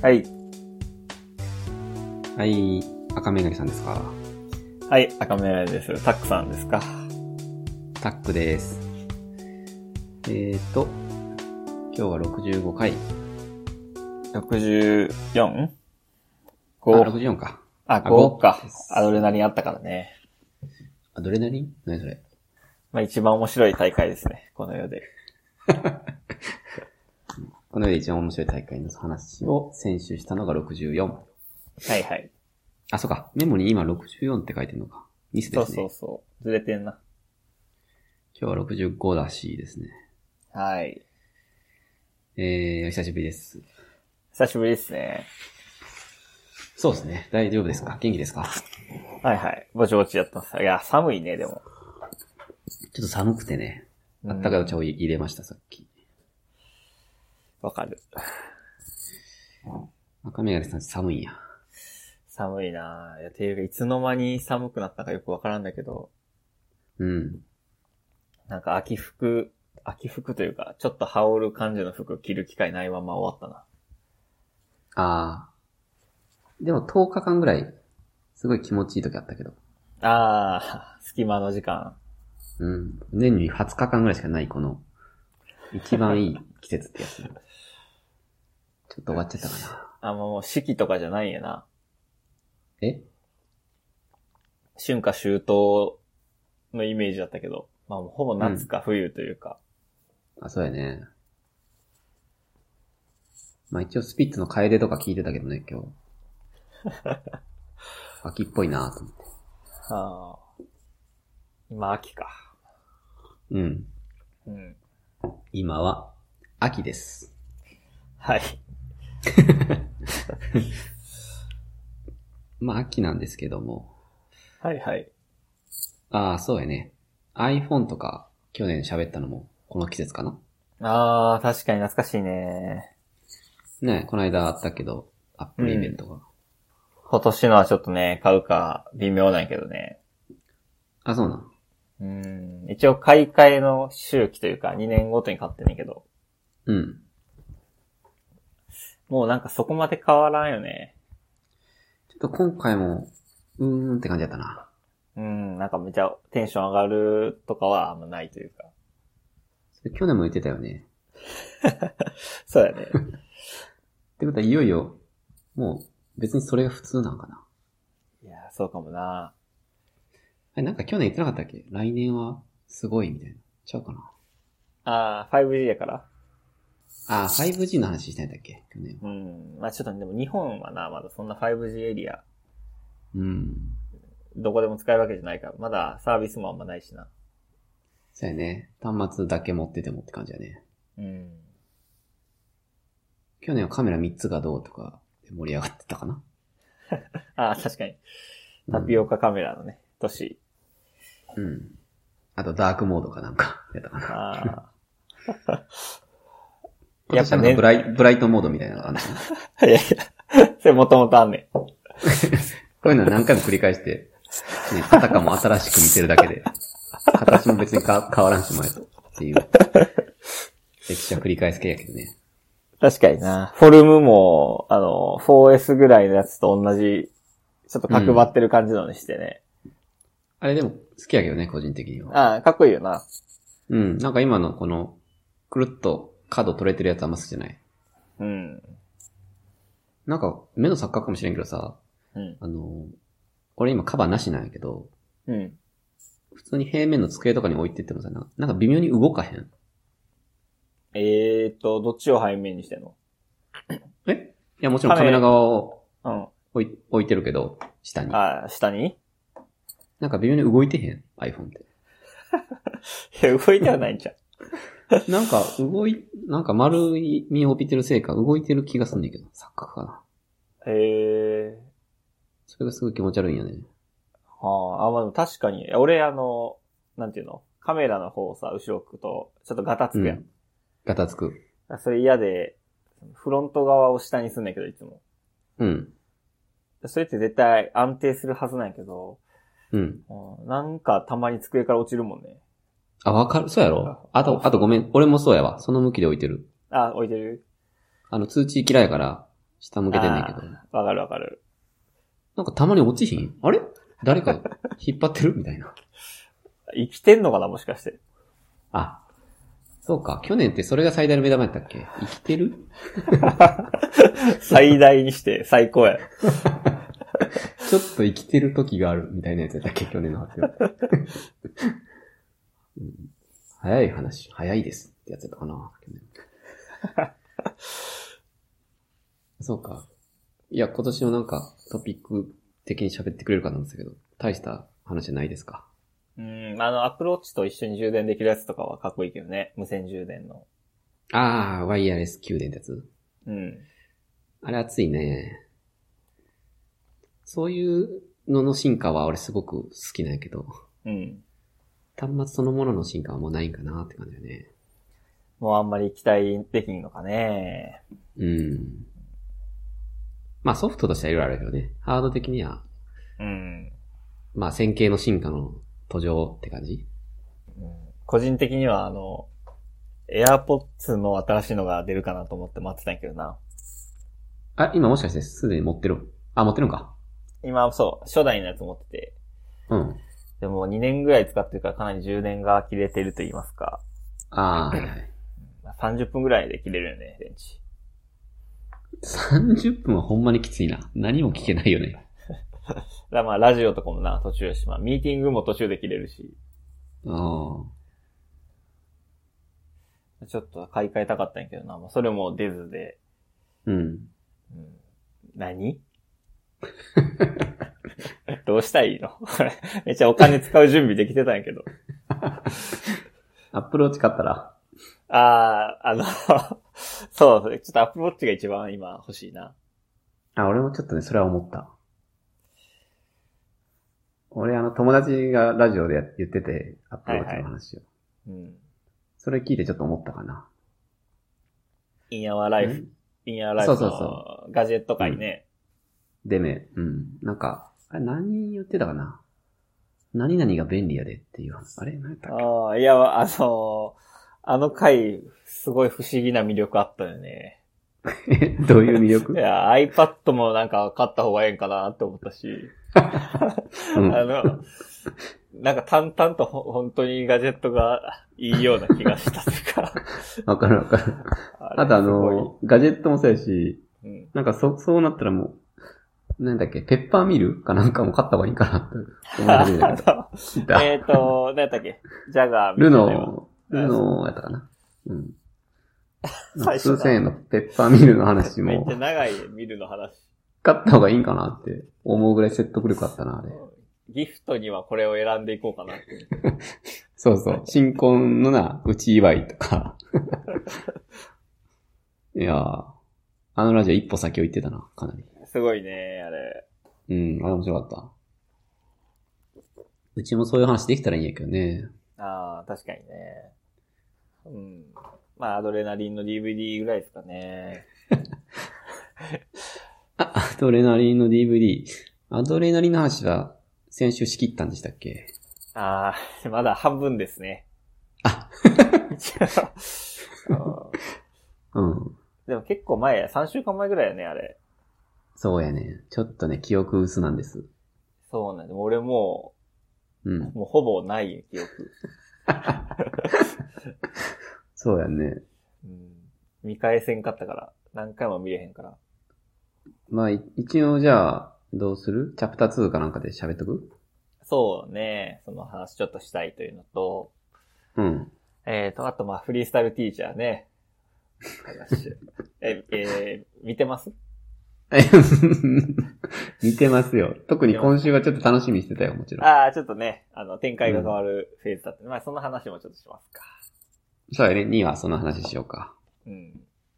はい。 はい、赤メガネさんですか？ はい、赤メガネです。タックさんですか？ タックです。今日は65回。 64？ 5。64か。 5か。アドレナリンあったからね。 アドレナリン？何それ？ まあ一番面白い大会ですね、この世で。 この世で一番面白い大会の話を先週したのが64。 はいはい。 あ、そうか。メモに今64って書いてるのか。ミスですね。 そう。ずれてんな。 今日は65らしいですね。 はい。 お久しぶりです。 久しぶりですね。 そうですね。大丈夫ですか？元気ですか？ はいはい。ぼちぼちやってます。いや、寒いね、でも。 ちょっと寒くてね。あったかいお茶を入れました、さっき。 わかる。 赤メガネさん寒いんや。 寒いなぁ。いや、ていうか、いつの間に寒くなったかよくわからんだけど。 うん。 なんか秋服というか、ちょっと羽織る感じの服着る機会ないまま終わったな。 ああ。でも10日間ぐらい、すごい気持ちいい時あったけど。 隙間の時間。 うん。年に20日間ぐらいしかないこの、一番いい季節ってやつ。ちょっと終わっちゃったかな。 もう四季とかじゃないんやな。春夏秋冬のイメージだったけど、まあもうほぼ夏か冬というか。 あ、そうやね。まあ一応スピッツの楓とか聞いてたけどね、今日。秋っぽいなと思って。 今秋か。 うん。今は秋です。 はい。 まあ秋なんですけども。 はいはい。 そうやね。iPhone とか去年喋ったのもこの季節かな。 確かに懐かしいね。 ね、この間あったけど、Apple イベントが。 今年のはちょっとね、買うか微妙なんやけどね。 あ、そうなん。 一応買い替えの周期というか2年ごとに買ってんねんけど。 うん。 もうなんかそこまで変わらんよね。 ちょっと今回も、って感じだったな。 なんかめっちゃテンション上がるとかはあんまないというか。 それ去年も言ってたよね。 そうやね。 ってことはいよいよ、もう別にそれが普通なんかな。 いや、そうかもな。 なんか去年言ってなかったっけ？来年はすごいみたいな。ちゃうかな。 5G やから。 5G の話したんだっけ？去年。 まあちょっとでも日本はな、まだそんな 5G エリア。どこでも使えるわけじゃないから、まだサービスもあんまないしな。 そうやね。端末だけ持っててもって感じやね。去年はカメラ3つがどうとかで盛り上がってたかな。 確かに。タピオカカメラのね、年。 あとダークモードかなんかやったかな。やっぱね、ブライトモードみたいなのがあるの。いや、それもともとあんねん。 こういうの何回も繰り返して、ね、あたかも新しく見てるだけで、形も別に変わらんしまえとっていう、歴史は繰り返す系やけどね。 確かにな。フォルムも、4S ぐらいのやつと同じ、ちょっと角張ってる感じのにしてね。 あれでも好きやけどね、個人的には。 かっこいいよな。 なんか今のこの、くるっと角取れてるやつあんま好きじゃない。なんか、目の錯覚かもしれんけどさ、俺今カバーなしなんやけど、普通に平面の机とかに置いてってもさ、なんか微妙に動かへん。 どっちを背面にしてんの？ いや、もちろんカメラ側を置いてるけど、下に。 下に？ なんか微妙に動いてへん iPhone って。 いや、動いてはないんちゃう。 なんか丸い身を帯びてるせいか動いてる気がすんねんけど、錯覚かな。それがすごい気持ち悪いんやね。 まあでも確かに、俺なんていうの？カメラの方をさ、後ろ置くと、ちょっとガタつくやん。 ガタつく。 それ嫌で、フロント側を下にすんねんけど、いつも。それって絶対安定するはずなんやけど、なんかたまに机から落ちるもんね。 わかる。そうやろ？あとごめん。俺もそうやわ。その向きで置いてる。 置いてる？ 通知嫌いから、 下向けてんねんけど。 わかるわかる。 なんかたまに落ちひん？あれ誰か引っ張ってるみたいな。 生きてんのかなもしかして。 あ、そうか。去年ってそれが最大の目玉やったっけ？生きてる最大にして最高や。 ちょっと生きてる時があるみたいなやつやったっけ？去年の発表。うん、早い話、早いですってやつやったかな。去年そうか。いや、今年もなんかトピック的に喋ってくれるかなんですけど、大した話じゃないですか。 アプローチと一緒に充電できるやつとかはかっこいいけどね。無線充電の。 ああ、ワイヤレス給電ってやつ？ うん。 あれ熱いね。そういうのの進化は俺すごく好きなんやけど。 うん。 端末そのものの進化はもうないんかなって感じだね。 もうあんまり期待できんのかね。 うん。まあソフトとしてはいろいろあるけどね。ハード的には。 うん。 まあ線形の進化の途上って感じ？ うん、個人的にはAirPods の新しいのが出るかなと思って待ってたんやけどな。 あ、今もしかしてすでに持ってる？あ、持ってるんか。 今、そう、初代のやつ持ってて。 うん。 でも2年ぐらい使ってるからかなり充電が切れてると言いますか。 ああ、はいはい。 30分ぐらいで切れるよね、電池。 30分はほんまにきついな。何も聞けないよね。 だからまあラジオとかもな、途中やし、まあミーティングも途中で切れるし。 ああ。ちょっと買い替えたかったんやけどな、まあそれも出ずで。 うん。 うん、何どうしたらいいのめっちゃお金使う準備できてたんやけど。 アップルウォッチ買ったら？ そう、ちょっとアップルウォッチが一番今欲しいな。 あ、俺もちょっとね、それは思った。俺友達がラジオで言ってて、アップルウォッチの話を。 はいはい、うん。 それ聞いてちょっと思ったかな。 インアワーライフ。インアワーライフのガジェット界ね。 でね、うん。なんか、あれ何言ってたかな？何々が便利やでっていう話。あれ何やったっけ？ ああ、いや、あの回、すごい不思議な魅力あったよね。 どういう魅力？ いや、iPad もなんか買った方がええんかなって思ったし。うん、なんか淡々と本当にガジェットがいいような気がしたというか。 わかるわかる。あとガジェットもそうやし、うん、なんかそうなったらもう、なんだっけ、ペッパーミルかなんかも買った方がいいかなって思い始めたけど。 何やったっけ？ジャガールノーやったかな。うん。数千円のペッパーミルの話も。 めっちゃ長いミルの話。 買った方がいいんかなって思うぐらい説得力あったな、あれ。 ギフトにはこれを選んでいこうかなって。 そうそう。新婚の内祝いとか。いやー、あのラジオ一歩先を行ってたな、かなり。 すごいね、あれ。 うん、あれ面白かった。うちもそういう話できたらいいんやけどね。 ああ、確かにね。うん。まあ、アドレナリンの DVD ぐらいですかね。 アドレナリンの DVD。アドレナリンの話は先週仕切ったんでしたっけ？ ああ、まだ半分ですね。 あうん。 でも結構前や、3週間前ぐらいやね、あれ。 そうやね。ちょっとね、記憶薄なんです。 そうなんで、俺もう、 もうほぼない記憶。 そうやね。 うん。見返せんかったから、何回も見れへんから。 まあ、一応じゃあ、どうする？チャプター2かなんかで喋っとく？ そうね。その話ちょっとしたいというのと、 うん。 あとまあ、フリースタイルティーチャーね。見てます？ 見てますよ。特に今週はちょっと楽しみにしてたよ、もちろん。 ああ、ちょっとね、展開が変わるフェーズだった。まあ、その話もちょっとしますか。 そうやね。2はその話しようか。 うん。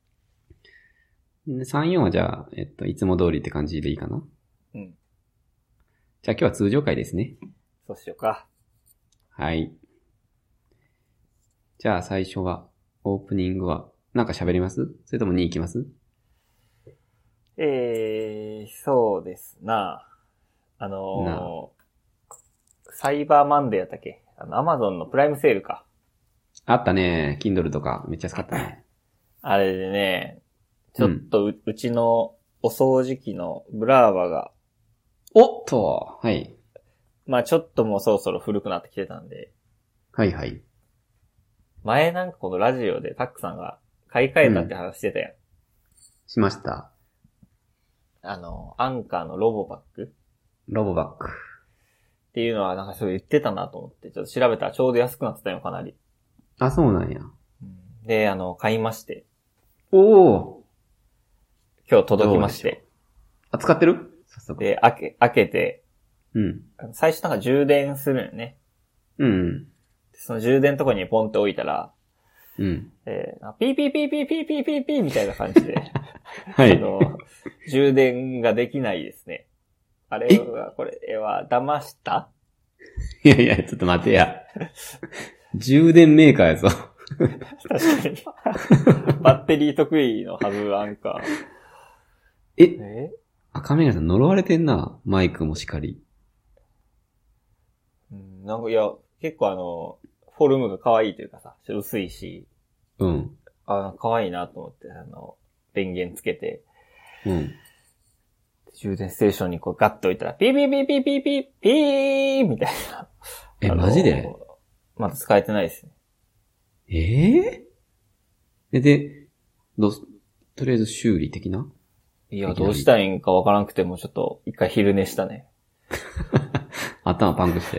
3、4はじゃあ、いつも通りって感じでいいかな？ うん。 じゃあ今日は通常回ですね。 そうしようか。 はい。じゃあ最初は、オープニングは、なんか喋ります？それとも2行きます？ そうですな。サイバーマンデーやったっけ？Amazon のプライムセールか。 あったね。Kindle とかめっちゃ使ったね。 あれでね、ちょっとうちのお掃除機のブラーバが、 おっと、はい。 まあちょっともうそろそろ古くなってきてたんで。 はいはい。 前なんかこのラジオでタックさんが買い替えたって話してたやん。 しました。 アンカーのロボバックっていうのはなんかそう言ってたなと思って、ちょっと調べたらちょうど安くなってたよ、かなり。 あ、そうなんや。 で、買いまして。 おー。 今日届きまして。 あ、使ってる？早速。 で、開けて、うん。最初なんか充電するよね。うん。その充電のとこにポンって置いたら、うん。ピーピーピーピーピーピーピーピーみたいな感じで、はい。充電ができないですね。あれは、これは騙した？ いやいや、ちょっと待てや。充電メーカーやぞ。 確かに。バッテリー得意のはず、アンカー。 赤目がさん呪われてんな。マイクもしかり。 なんか、いや、結構フォルムが可愛いというかさ、薄いし。うん。可愛いなと思って、電源つけて。うん。充電ステーションにこうガッと置いたら、ピーピーピーピーピーピーピーみたいな。 マジで？ まだ使えてないですね。 で、とりあえず修理的な？ いや、どうしたらいいんかわからなくても、ちょっと一回昼寝したね。 頭パンクして。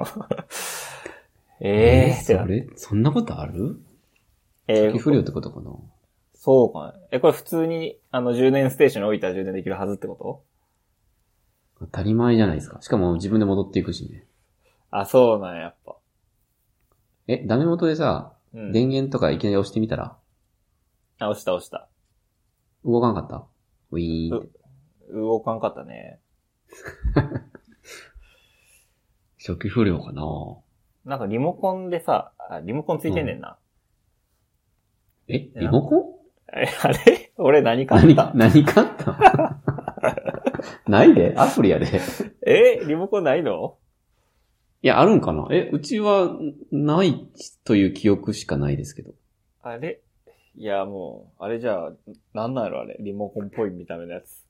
そんなことある？初期不良ってことかな？ そうかね。これ普通に、充電ステーションに置いたら充電できるはずってこと？ 当たり前じゃないですか。しかも自分で戻っていくしね。 あ、そうなんや、やっぱ。 ダメ元でさ、電源とかいきなり押してみたら？ あ、押した。 動かんかった？ウィーンって。 動かんかったね。 初期不良かな？ なんかリモコンでさ、リモコンついてんねんな。 リモコン？ あれ俺何買った？ 何買ったないで？アプリやで。 リモコンないの？ いや、あるんかな？うちはないという記憶しかないですけど。 あれ？いや、もう、あれじゃあ、なんなんやろあれ。リモコンっぽい見た目のやつ。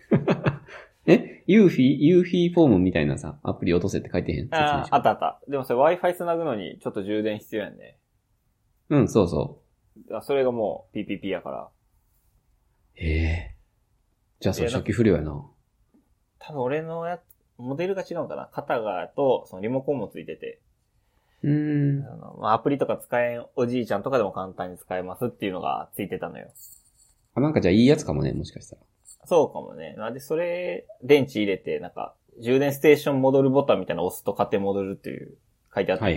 ユーフィーフォームみたいなさ、アプリ落とせって書いてへん？ あった。でもそれ Wi-Fi 繋ぐのにちょっと充電必要やんね。 うん、そうそう。 それがもう PPP やから。 じゃあそれ初期不良やな。 多分俺のモデルが違うんかな。肩がと、そのリモコンもついてて。アプリとか使えんおじいちゃんとかでも簡単に使えますっていうのがついてたのよ。 なんかじゃあいいやつかもね、もしかしたら。 そうかもね。なんでそれ、電池入れて、なんか、充電ステーション戻るボタンみたいなのを押すと勝手に戻るっていう書いてあった。はい。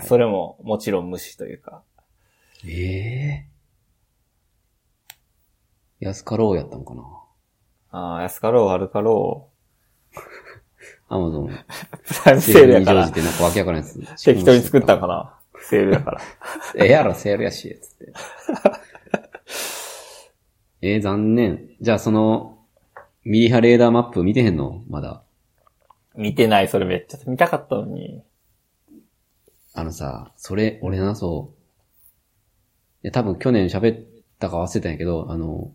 それももちろん無視というか。 安かろうやったのかな？ 安かろう悪かろう。 アマゾン。 プライムセールやから。 なんかわけわからんやつ。 適当に作ったんかな？セールやから。 やろ、セールやし、つって。残念。じゃあミリ波レーダーマップ見てへんの？まだ。 見てない、それめっちゃ見たかったのに。 それ、俺な、多分去年喋ったか忘れたんやけど、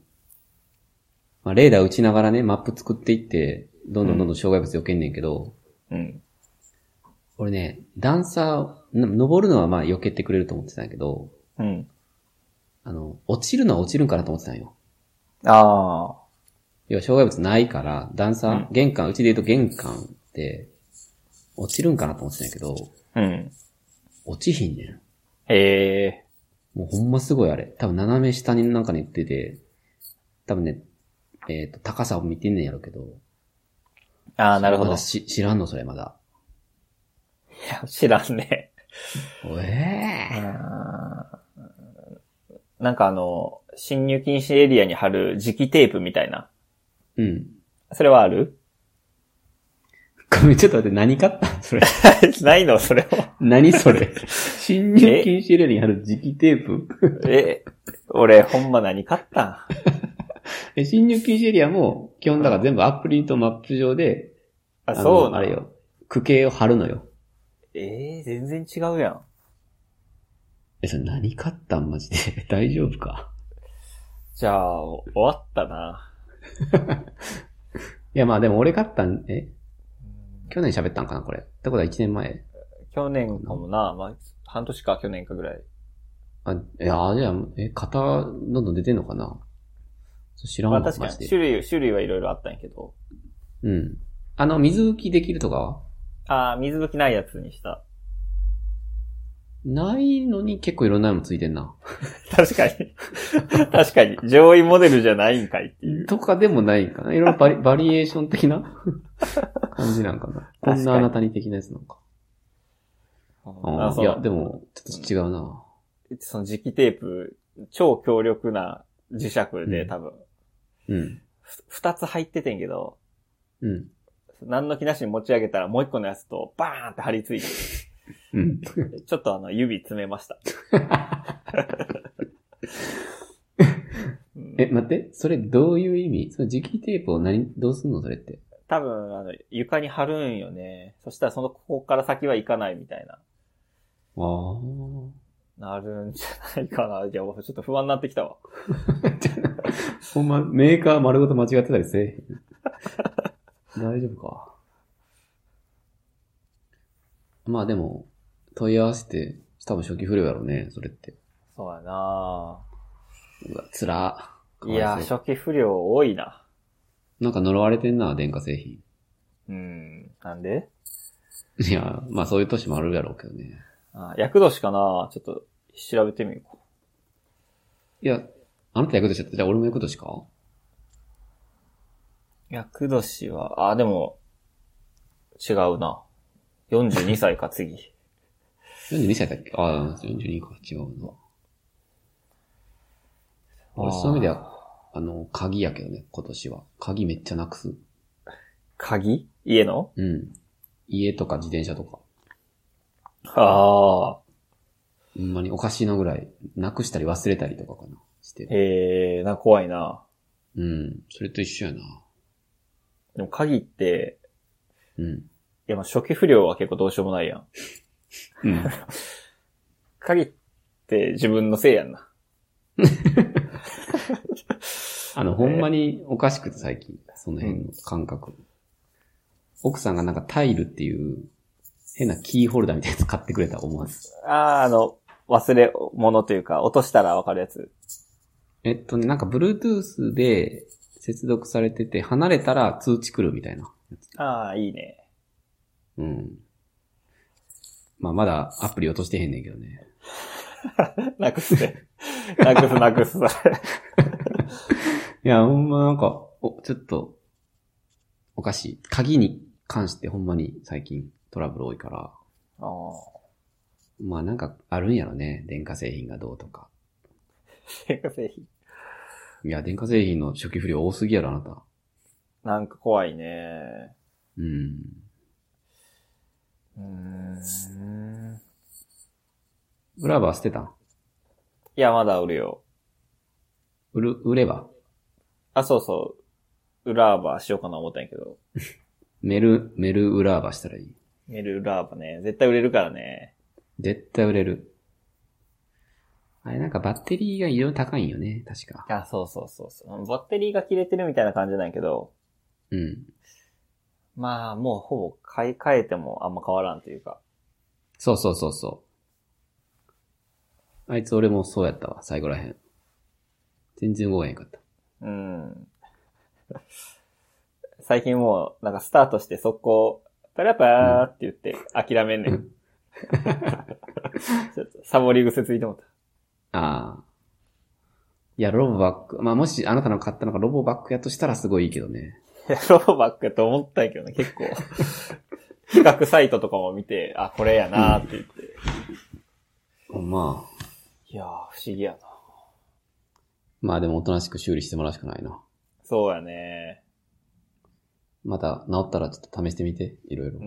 レーダー打ちながらね、マップ作っていって、どんどん障害物避けんねんけど、俺ね、段差、登るのは避けてくれると思ってたんやけど、落ちるのは落ちるんかなと思ってたんよ。要は障害物ないから、段差、玄関、うちで言うと玄関って、落ちるんかなと思ってたんやけど、落ちひんねん。もうほんますごいあれ。多分斜め下になんかに行ってて、多分ね、高さを見てんねんやろうけど。 なるほど。 まだ知らんのそれまだ。 いや、知らんね。なんか侵入禁止エリアに貼る磁気テープみたいな。それはある？ ごめん、ちょっと待って、何買ったそれ。 ないのそれを。 何それ。侵入禁止エリアに貼る磁気テープ俺、ほんま何買ったん？ 侵入禁止エリアも、基本だから全部アプリとマップ上で、 そうなの？ あれよ。区形を貼るのよ。 全然違うやん。 それ何買ったんマジで。大丈夫か？ じゃあ、終わったな。 いやまあでも俺買ったん、去年喋ったんかなこれ。ってことは1年前。 去年かもな。まあ、半年か去年かぐらい。 あ、いや、じゃあ、型、どんどん出てんのかな知らんわ。 まあ確かに、種類はいろいろあったんやけど。 うん。水拭きできるとかは？ ああ、水拭きないやつにした。 ないのに結構いろんなのついてんな。 確かに。確かに。上位モデルじゃないんかいっていう。 とかでもないんかな。いろいろバリエーション的な感じなんかな。こんなあなたに的なやつなんか。いや、でも、ちょっと違うな。 その磁気テープ、超強力な磁石で多分。 うん。 二つ入っててんけど。 うん。 何の気なしに持ち上げたらもう一個のやつとバーンって張り付いて。 うん。 ちょっと指詰めました。 待って。それどういう意味？その磁気テープをどうすんのそれって。 多分、床に貼るんよね。そしたらここから先は行かないみたいな。なるんじゃないかな。いや、ちょっと不安になってきたわ。 ほんま、メーカー丸ごと間違ってたりせえへん。大丈夫か。まあでも、問い合わせて、多分初期不良やろうね、それって。 そうやなうわ、つら。 いや、初期不良多いな。 なんか呪われてんな、電化製品。 なんで？ いや、まあそういう年もあるやろうけどね。 厄年かな？ちょっと調べてみよう。 いや、あなた厄年だった。じゃあ俺も厄年か？ 厄年は、でも、違うな。42歳か、次。 42歳だっけ？42か、違うな。俺そういう意味では、鍵やけどね、今年は。鍵めっちゃなくす。 鍵？家の？ うん。家とか自転車とか。 ほんまにおかしいのぐらい、なくしたり忘れたりとかかな、してる。怖いな。 うん。それと一緒やな。 でも鍵って、 うん。 いや、まあ初期不良は結構どうしようもないやん。 うん。 鍵って自分のせいやんな。 ほんまにおかしくて最近、その辺の感覚。奥さんがなんかタイルっていう変なキーホルダーみたいなやつ買ってくれた思わず。 忘れ物というか、落としたらわかるやつ。 なんか Bluetooth で接続されてて、離れたら通知来るみたいな。 いいね。 うん。まあまだアプリ落としてへんねんけどね。 なくすね。なくす。 いや、ほんまなんか、ちょっと、おかしい。鍵に関してほんまに最近トラブル多いから。まあなんかあるんやろね。電化製品がどうとか。 電化製品。 いや、電化製品の初期不良多すぎやろ、あなた。 なんか怖いね。 ウラーバー捨てたん？ いや、まだ売るよ。 売れば？ そうそう。ウラーバーしようかな思ったんやけど。 メルウラーバーしたらいい。 メルウラーバーね。絶対売れるからね。 絶対売れる。あれなんかバッテリーが異常に高いんよね、確か。 そう。バッテリーが切れてるみたいな感じなんやけど。 うん。 まあ、もうほぼ買い替えてもあんま変わらんというか。 そう。あいつ俺もそうやったわ、最後らへん。全然動かへんかった。 最近もう、なんかスタートして速攻、パラパーって言って諦めんねん。ちょっとサボり癖ついてもった。 いや、ロボバック。まあ、もしあなたの買ったのがロボバックやとしたらすごいいいけどね。 いや、ロボバックやと思ったんやけどね、結構。比較サイトとかも見て、これやなーって言って。 まあ。 いやー、不思議やな。 まあでもおとなしく修理してもらうしかないな。 そうやね。 また治ったらちょっと試してみて、いろいろ。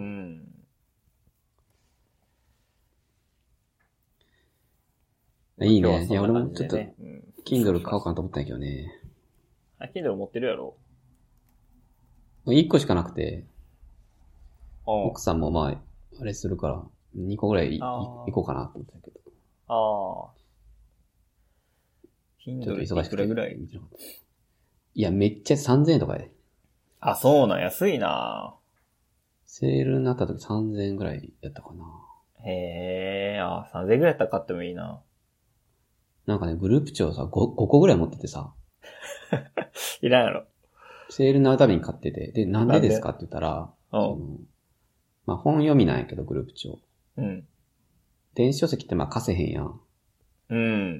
いいね。いや、俺もちょっと、Kindle 買おうかなと思ったんやけどね。 Kindle 持ってるやろ ？1個しかなくて、奥さんもまあ、あれするから、2個ぐらい行こうかなと思ったんやけど。 Kindle いくらぐらい？ いや、めっちゃ3000円とかで。 あ、そうなん、安いな。 セールになった時3000円ぐらいやったかな。 へー、3000円ぐらいやったら買ってもいいな。 なんかね、グループ長さ、5個ぐらい持っててさ。 いらんやろ。 セールになるたびに買ってて。で、なんでですかって言ったら、まあ、本読みなんやけど、グループ長。 うん。 電子書籍ってまあ貸せへんやん。 うん。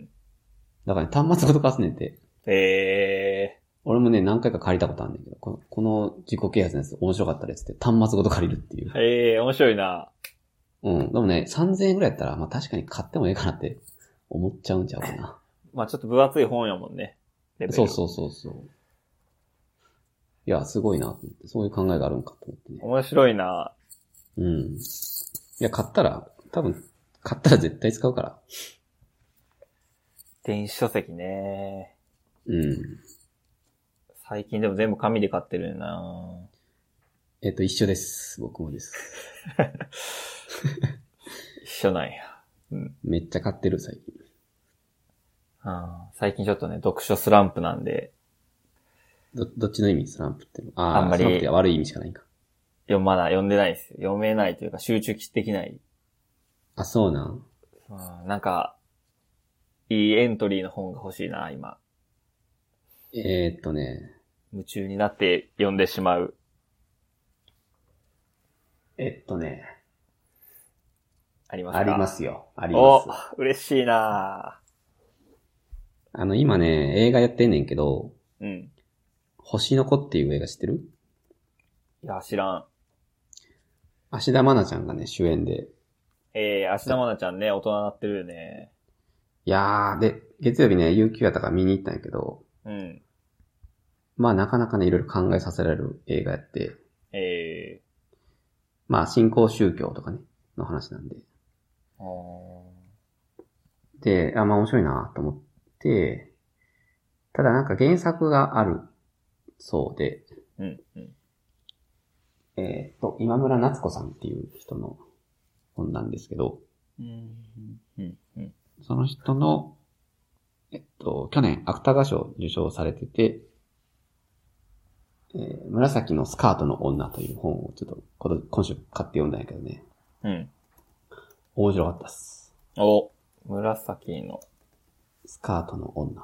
だからね、端末ごと貸すねんて。俺もね、何回か借りたことあるんだけど、この自己啓発のやつ面白かったですって、端末ごと借りるっていう。 面白いな。 うん。でもね、3000円ぐらいやったら、まあ確かに買ってもいいかなって思っちゃうんちゃうかな。 まあちょっと分厚い本やもんね。 そう。いや、すごいなと思って、そういう考えがあるんかと思ってね。 面白いな。 うん。いや、買ったら絶対使うから。 電子書籍ね。 うん。 最近でも全部紙で買ってるな。 一緒です。僕もです。 一緒なんや。うん。 めっちゃ買ってる、最近。 最近ちょっとね、読書スランプなんで。 どっちの意味スランプって。 あんまり。 スランプって悪い意味しかないんか。 まだ読んでないですよ。読めないというか集中できない。 あ、そうなん。 なんか、いいエントリーの本が欲しいな、今。夢中になって読んでしまう。ありますか？ ありますよ。あります。 お、嬉しいな。 今ね、映画やってんねんけど、 うん。 星の子っていう映画知ってる？ いや、知らん。 芦田愛菜ちゃんがね、主演で。 芦田愛菜ちゃんね、大人になってるよね。 いやー、で、月曜日ね、有給やったから見に行ったんやけど、 うん。 まあなかなかね、いろいろ考えさせられる映画やって、まあ新興宗教とかね、の話なんで。で、まあ面白いなと思って、ただなんか原作があるそうで、 うんうん、 今村夏子さんっていう人の本なんですけど、その人の、去年芥川賞受賞されてて、紫のスカートの女という本をちょっと今週買って読んだんやけどね。 うん。 面白かったっす。 紫のスカートの女。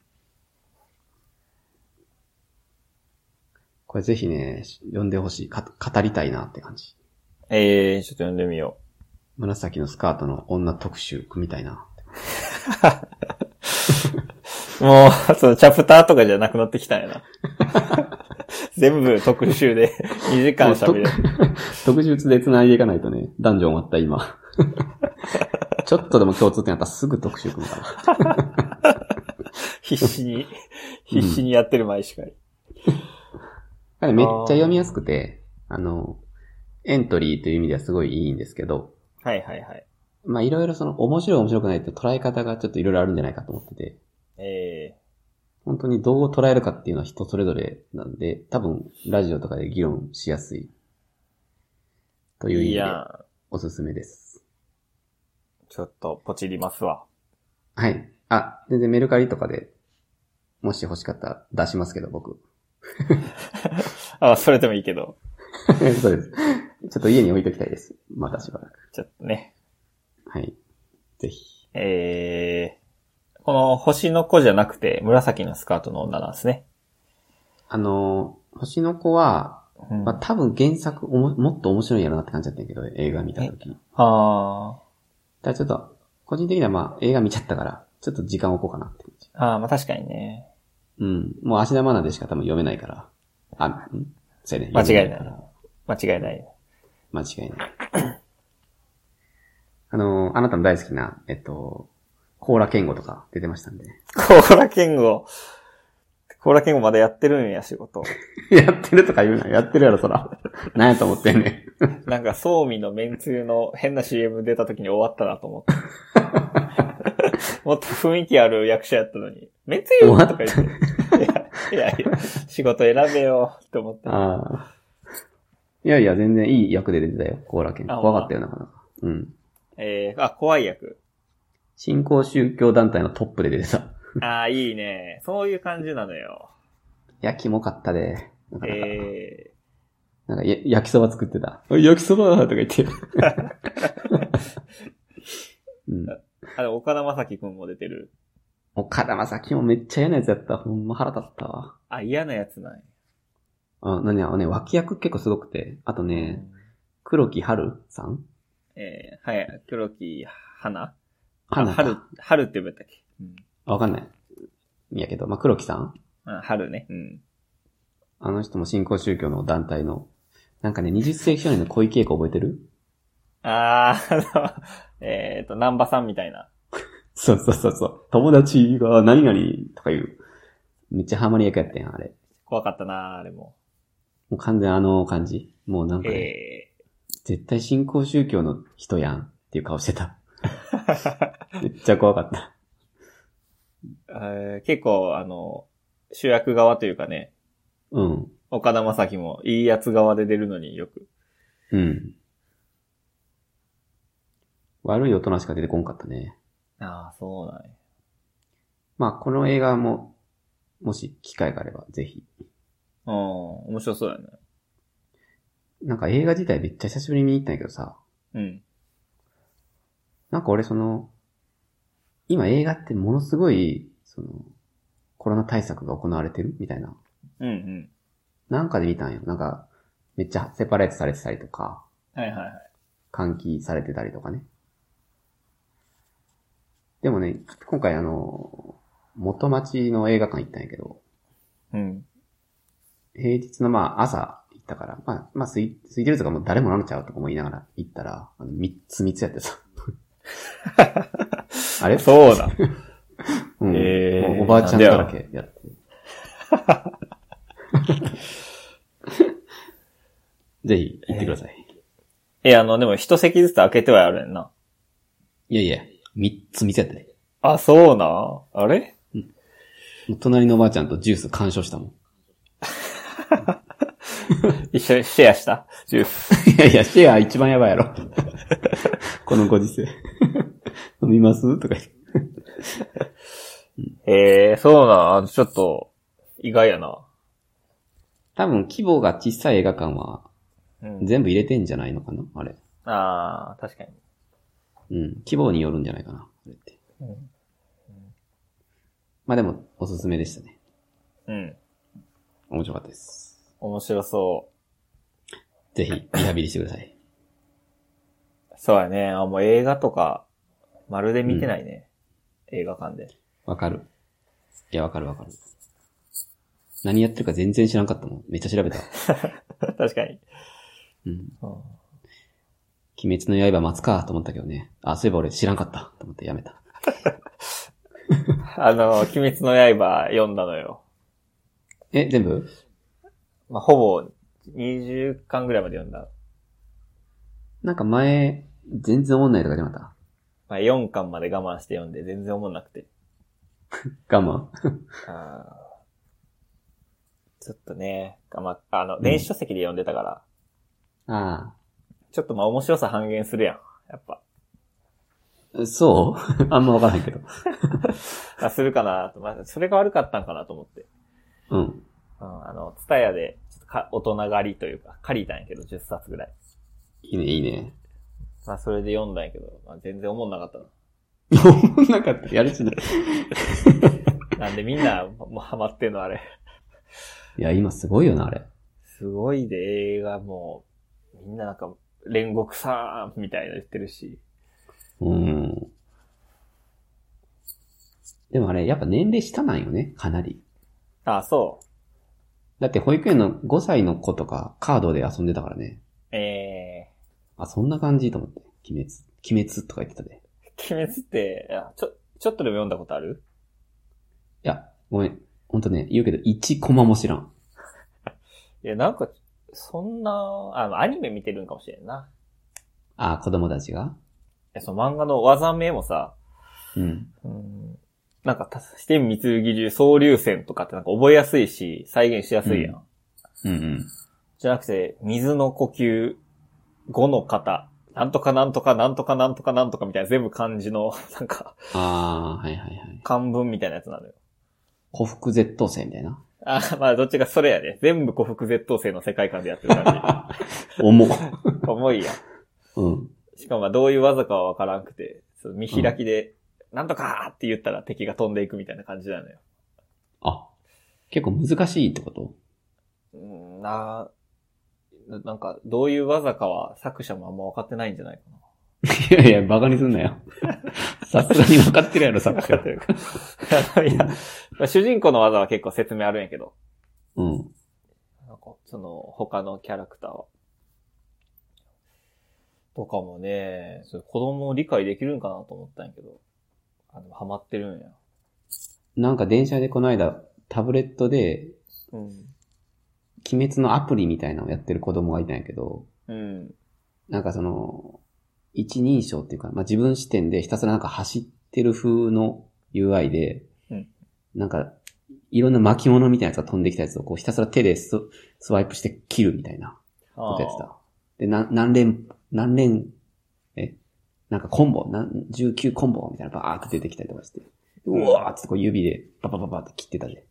これぜひね、読んでほしい。語りたいなって感じ。 ちょっと読んでみよう。紫のスカートの女特集組みたいな。 もう、そのチャプターとかじゃなくなってきたんやな。全部特集で2時間喋る。 特集で繋いでいかないとね、ダンジョン終わった今。ちょっとでも共通点あったらすぐ特集組むから。 必死にやってる前しかり。 めっちゃ読みやすくて、エントリーという意味ではすごいいいんですけど。 はいはいはい。 まあいろいろその面白くないって捉え方がちょっといろいろあるんじゃないかと思ってて。本当にどう捉えるかっていうのは人それぞれなんで、多分ラジオとかで議論しやすい。という意味で、おすすめです。 ちょっとポチりますわ。 はい。全然メルカリとかで、もし欲しかったら出しますけど、僕。 それでもいいけど。 そうです。ちょっと家に置いときたいです。またしばらく。 ちょっとね。 はい。ぜひ。 この星の子じゃなくて紫のスカートの女なんですね。 星の子は、まあ、多分原作もっと面白いんやろなって感じだったんやけど、映画見たとき。だからちょっと、個人的にはまあ映画見ちゃったから、ちょっと時間を置こうかなって感じ。 まあ確かにね。 うん。もう芦田愛菜でしか多分読めないから。そうやね。 間違いない。間違いない。 間違いない。あなたの大好きな、コーラケンゴとか出てましたんで。 コーラケンゴまだやってるんや、仕事。 やってるとか言うな。やってるやろ、そら。何やと思ってんねん。なんか、ソーミのめんつゆの変な CM 出た時に終わったなと思って。もっと雰囲気ある役者やったのに。めんつゆとか言って。いや、仕事選べよって思って。 いやいや、全然いい役で出てたよ、コーラケンゴ。怖かったよ、なかなか。うん。 怖い役。 新興宗教団体のトップで出てた。 いいね。そういう感じなのよ。 や、キモかったで。なんか焼きそば作ってた。焼きそばとか言って。 うん。岡田将生くんも出てる。 岡田将生もめっちゃ嫌なやつやった。ほんま腹立ったわ。 あ、嫌なやつない。 脇役結構すごくて。あとね、黒木春さんはい、黒木花春って呼べたっけ、うん、 わかんない。いやけど、黒木さん春ね。うん。 あの人も新興宗教の団体の、なんかね、20世紀少年の恋稽古覚えてる？ 南波さんみたいな。 そう。友達が何々とか言う。めっちゃハマり役やったやん、あれ。 怖かったな、あれも。 もう完全あの感じ。もうなんかね、絶対新興宗教の人やんっていう顔してた。めっちゃ怖かった。 結構主役側というかね。 うん。 岡田将生もいいやつ側で出るのによく。 うん。悪い大人しか出てこんかったね。 ああ、そうなんや。 この映画も、もし機会があれば、ぜひ。 面白そうやね。 なんか映画自体めっちゃ久しぶりに見に行ったんやけどさ。 うん。 なんか俺今映画ってものすごい、コロナ対策が行われてるみたいな。 うんうん。 なんかで見たんよ。なんか、めっちゃセパレートされてたりとか。 はいはいはい。 換気されてたりとかね。でもね、今回元町の映画館行ったんやけど。 うん。 平日の朝行ったから、空いてるとかもう誰もなのちゃうとかも言いながら行ったら、3つやってさ。あれそうだ。 うん。おばあちゃんだらけやって。ぜひ行ってください。 でも一席ずつ開けてはやるねんな。 いや、3つやってね。 あ、そうな。あれ？ うん。隣のおばあちゃんとジュース干渉したもん。 一緒にシェアしたジュース。 いや、シェア一番やばいやろ。このご時世。飲みますとか言って。そうな。ちょっと、意外やな。 多分、規模が小さい映画館は、全部入れてんじゃないのかなあれ。 ああ、確かに。 うん。規模によるんじゃないかなあれって。でも、おすすめでしたね。 うん。 面白かったです。 面白そう。 ぜひ、リハビリしてください。 そうやね。もう映画とか、まるで見てないね。映画館で。 わかる。いや、わかる。何やってるか全然知らんかったもん。めっちゃ調べた。 確かに。 うん。鬼滅の刃待つかと思ったけどね。あ、そういえば俺知らんかったと思ってやめた。 鬼滅の刃読んだのよ。 全部？ ほぼ20巻ぐらいまで読んだ。 なんか前、全然思んないとかじゃなかった？ 4巻まで我慢して読んで全然思んなくて。 我慢ちょっとね、電子書籍で読んでたから。 ああ。 ちょっと面白さ半減するやん。やっぱ。 そうあんまわからないけど。 するかなと。それが悪かったんかなと思って。 うん。 ツタヤで、ちょっと大人狩りというか、借りたんやけど、10冊ぐらい。 いいね。 それで読んだんやけど、全然思んなかったな。思んなかった。やるしない。 なんでみんな、もうハマってんのあれ。 いや、今すごいよな、あれ。 すごいで、映画も、みんななんか、煉獄さんみたいな言ってるし。 でもあれ、やっぱ年齢下なんよね、かなり。 あ、そう。 だって保育園の5歳の子とかカードで遊んでたからね。そんな感じと思って。鬼滅とか言ってたで。 鬼滅って、ちょっとでも読んだことある？ いや、ごめん。ほんとね、言うけど1コマも知らん。 いや、なんか、そんな、アニメ見てるんかもしれんな。 子供たちが？ その漫画の技名もさ、なんか、四天三剣流総流戦とかってなんか覚えやすいし、再現しやすいやん。じゃなくて、水の呼吸、5の型、なんとかなんとかなんとかなんとかなんとかみたいな全部漢字の、なんか、 はい。 漢文みたいなやつなのよ。 古福絶倒生みたいな。 まあどっちかそれやね。全部古福絶倒星の世界観でやってる感じ。重いや。うん。しかもまあどういう技かはわからんくて、見開きで、なんとかーって言ったら敵が飛んでいくみたいな感じなのよ。 あ、結構難しいってこと？ なんか、どういう技かは作者もあんま分かってないんじゃないかな。 いやいや、バカにすんなよ。さすがに分かってるやろ、作者。 いや、主人公の技は結構説明あるんやけど。 うん。 なんか、他のキャラクターは。とかもね、子供を理解できるんかなと思ったんやけど。ハマってるんや。 なんか電車でこの間、タブレットで、うん。鬼滅のアプリみたいなのをやってる子供がいたんやけど、うん。なんか一人称っていうか、まあ、自分視点でひたすらなんか走ってる風の UI で、うん、なんか、いろんな巻物みたいなやつが飛んできたやつをこうひたすら手でスワイプして切るみたいなことやってた。で、何連、なんかコンボ、19コンボみたいなバーって出てきたりとかして、うわーってこう指でババババって切ってたで。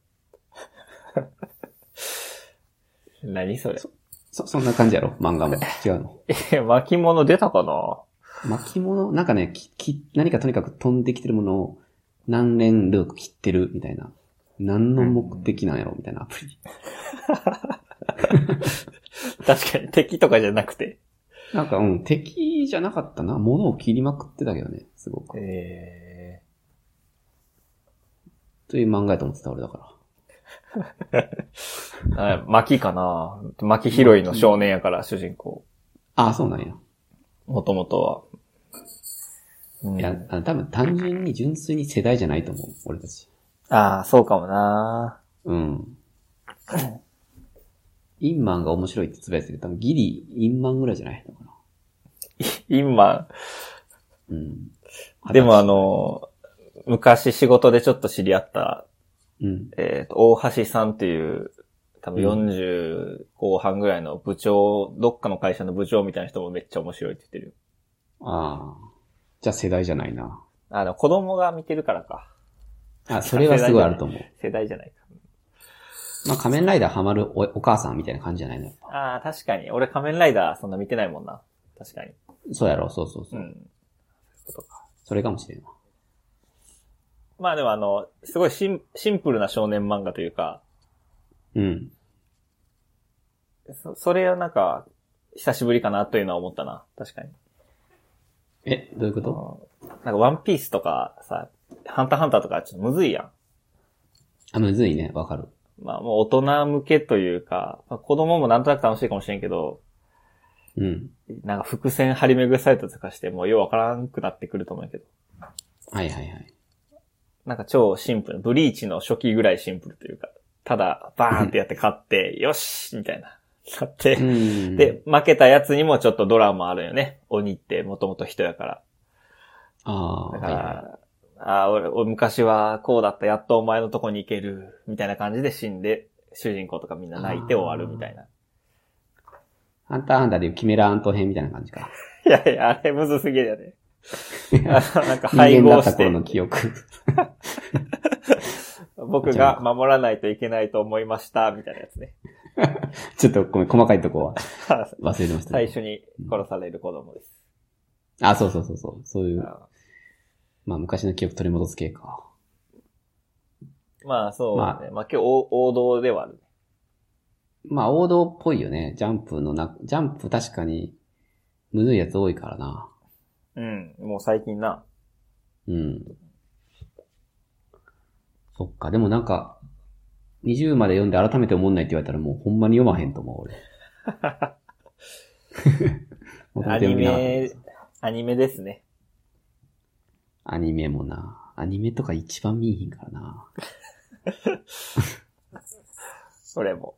何それ？ そんな感じやろ漫画も。違うの。 巻物出たかな？ 巻物、なんかね、何かとにかく飛んできてるものを何連ルーク切ってるみたいな。何の目的なんやろみたいなアプリ。 確かに敵とかじゃなくて。 なんか敵じゃなかったな。物を切りまくってたけどね、すごく。という漫画やと思ってた俺だから。 巻かな？巻拾いの少年やから主人公。 ああ、そうなんや。 もともとは。 いや、多分単純に純粋に世代じゃないと思う、俺たち。 ああ、そうかもな。 うん。インマンが面白いってつぶやいてるけど、多分ギリインマンぐらいじゃないのかな。 インマン。うん。 でも昔仕事でちょっと知り合った、 うん。 大橋さんっていう、多分40後半ぐらいの部長、どっかの会社の部長みたいな人もめっちゃ面白いって言ってるよ。 ああ。じゃあ世代じゃないな。 子供が見てるからか。 それはすごいあると思う。 世代じゃないか。 まあ仮面ライダーハマるお母さんみたいな感じじゃないの？ ああ、確かに。俺仮面ライダーそんな見てないもんな。確かに。 そうやろ、そう。うん。そういうことか。それかもしれんな。 まあでもすごいシンプルな少年漫画というか。 うん。 それはなんか、久しぶりかなというのは思ったな。確かに。 どういうこと？ なんかワンピースとかさ、ハンターハンターとかちょっとむずいやん。むずいね。わかる。 まあもう大人向けというか、まあ、子供もなんとなく楽しいかもしれんけど、 うん。 なんか伏線張り巡らされたりとかしてもうようわからんくなってくると思うけど。 はいはいはい。 なんか超シンプル。ブリーチの初期ぐらいシンプルというか、ただバーンってやって勝って、よしみたいな。勝って、で、負けたやつにもちょっとドラマあるよね。鬼ってもともと人やから。 ああ。 だから、はいはい、俺昔はこうだった、やっとお前のとこに行ける、みたいな感じで死んで、主人公とかみんな泣いて終わるみたいな。 ハンターハンターでいうキメラアント編みたいな感じか。 いやいや、あれむずすぎるよね。なんか配合して。 人間だった頃の記憶。 僕が守らないといけないと思いました、みたいなやつね。 ちょっとごめん、細かいとこは忘れてました、 最初に殺される子供です。 あ、そう。そういう。まあ昔の記憶取り戻す系か。 まあそうね。まあ今日王道ではある。 まあ王道っぽいよね。ジャンプ確かにむずいやつ多いからな。 うん、もう最近な。 うん。そっか、でもなんか、20まで読んで改めて思んないって言われたらもうほんまに読まへんと思う、 俺。アニメですね。 アニメもな。アニメとか一番見えへんからな。 それも。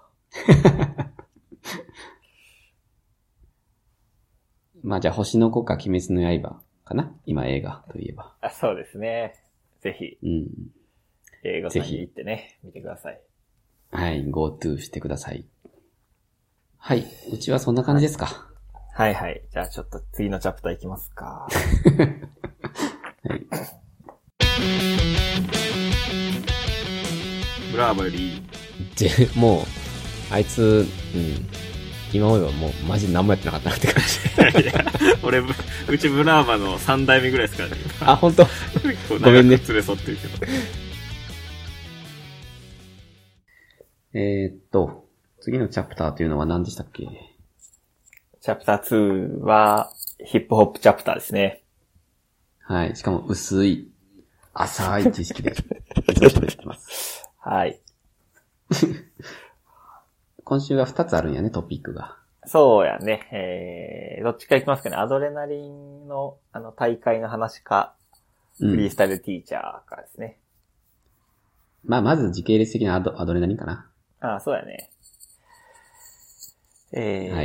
まあじゃあ星の子か鬼滅の刃かな今映画といえば。 そうですね。ぜひ。 うん。 映画館に行ってね、見てください。 はい、GoTo してください。はい、うちはそんな感じですか。 はい。じゃあちょっと次のチャプター行きますか。 はい。 ブラーボよりもう、あいつ、今まではもうマジで何もやってなかったなって感じ。いや、 俺、うちブラーマの3代目ぐらいですからね。 あ、本当。ごめんね。 連れ添ってるけど。次のチャプターというのは何でしたっけ？ チャプター2は、ヒップホップチャプターですね。 はい。しかも薄い、浅い知識で、いつも喋ってます。 はい。 今週は2つあるんやね、トピックが。 そうやね。どっちからいきますかね。アドレナリンの、大会の話か、フリースタイルティーチャーかですね。 まず時系列的なアドレナリンかな。 ああ、そうやね。 はい。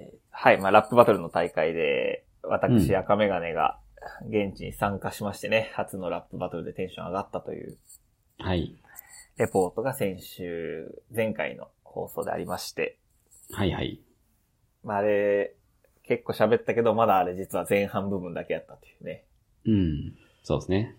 はい。ラップバトルの大会で、私、赤メガネが現地に参加しましてね、初のラップバトルでテンション上がったという。 はい。 レポートが前回の放送でありまして。 はいはい。 あれ、結構喋ったけど、まだあれ実は前半部分だけやったというね。 そうですね。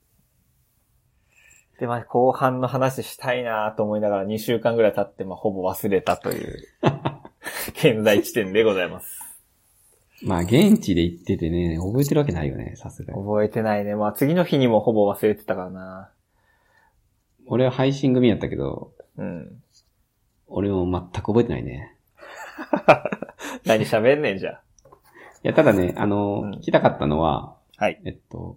で、後半の話したいなと思いながら2週間ぐらい経って、ほぼ忘れたという、現在地点でございます。 現地で行っててね、覚えてるわけないよね、さすがに。 覚えてないね。次の日にもほぼ忘れてたからな。 俺は配信組やったけど、俺も全く覚えてないね。 何喋んねんじゃ。 いや、ただね、聞きたかったのは、 はい。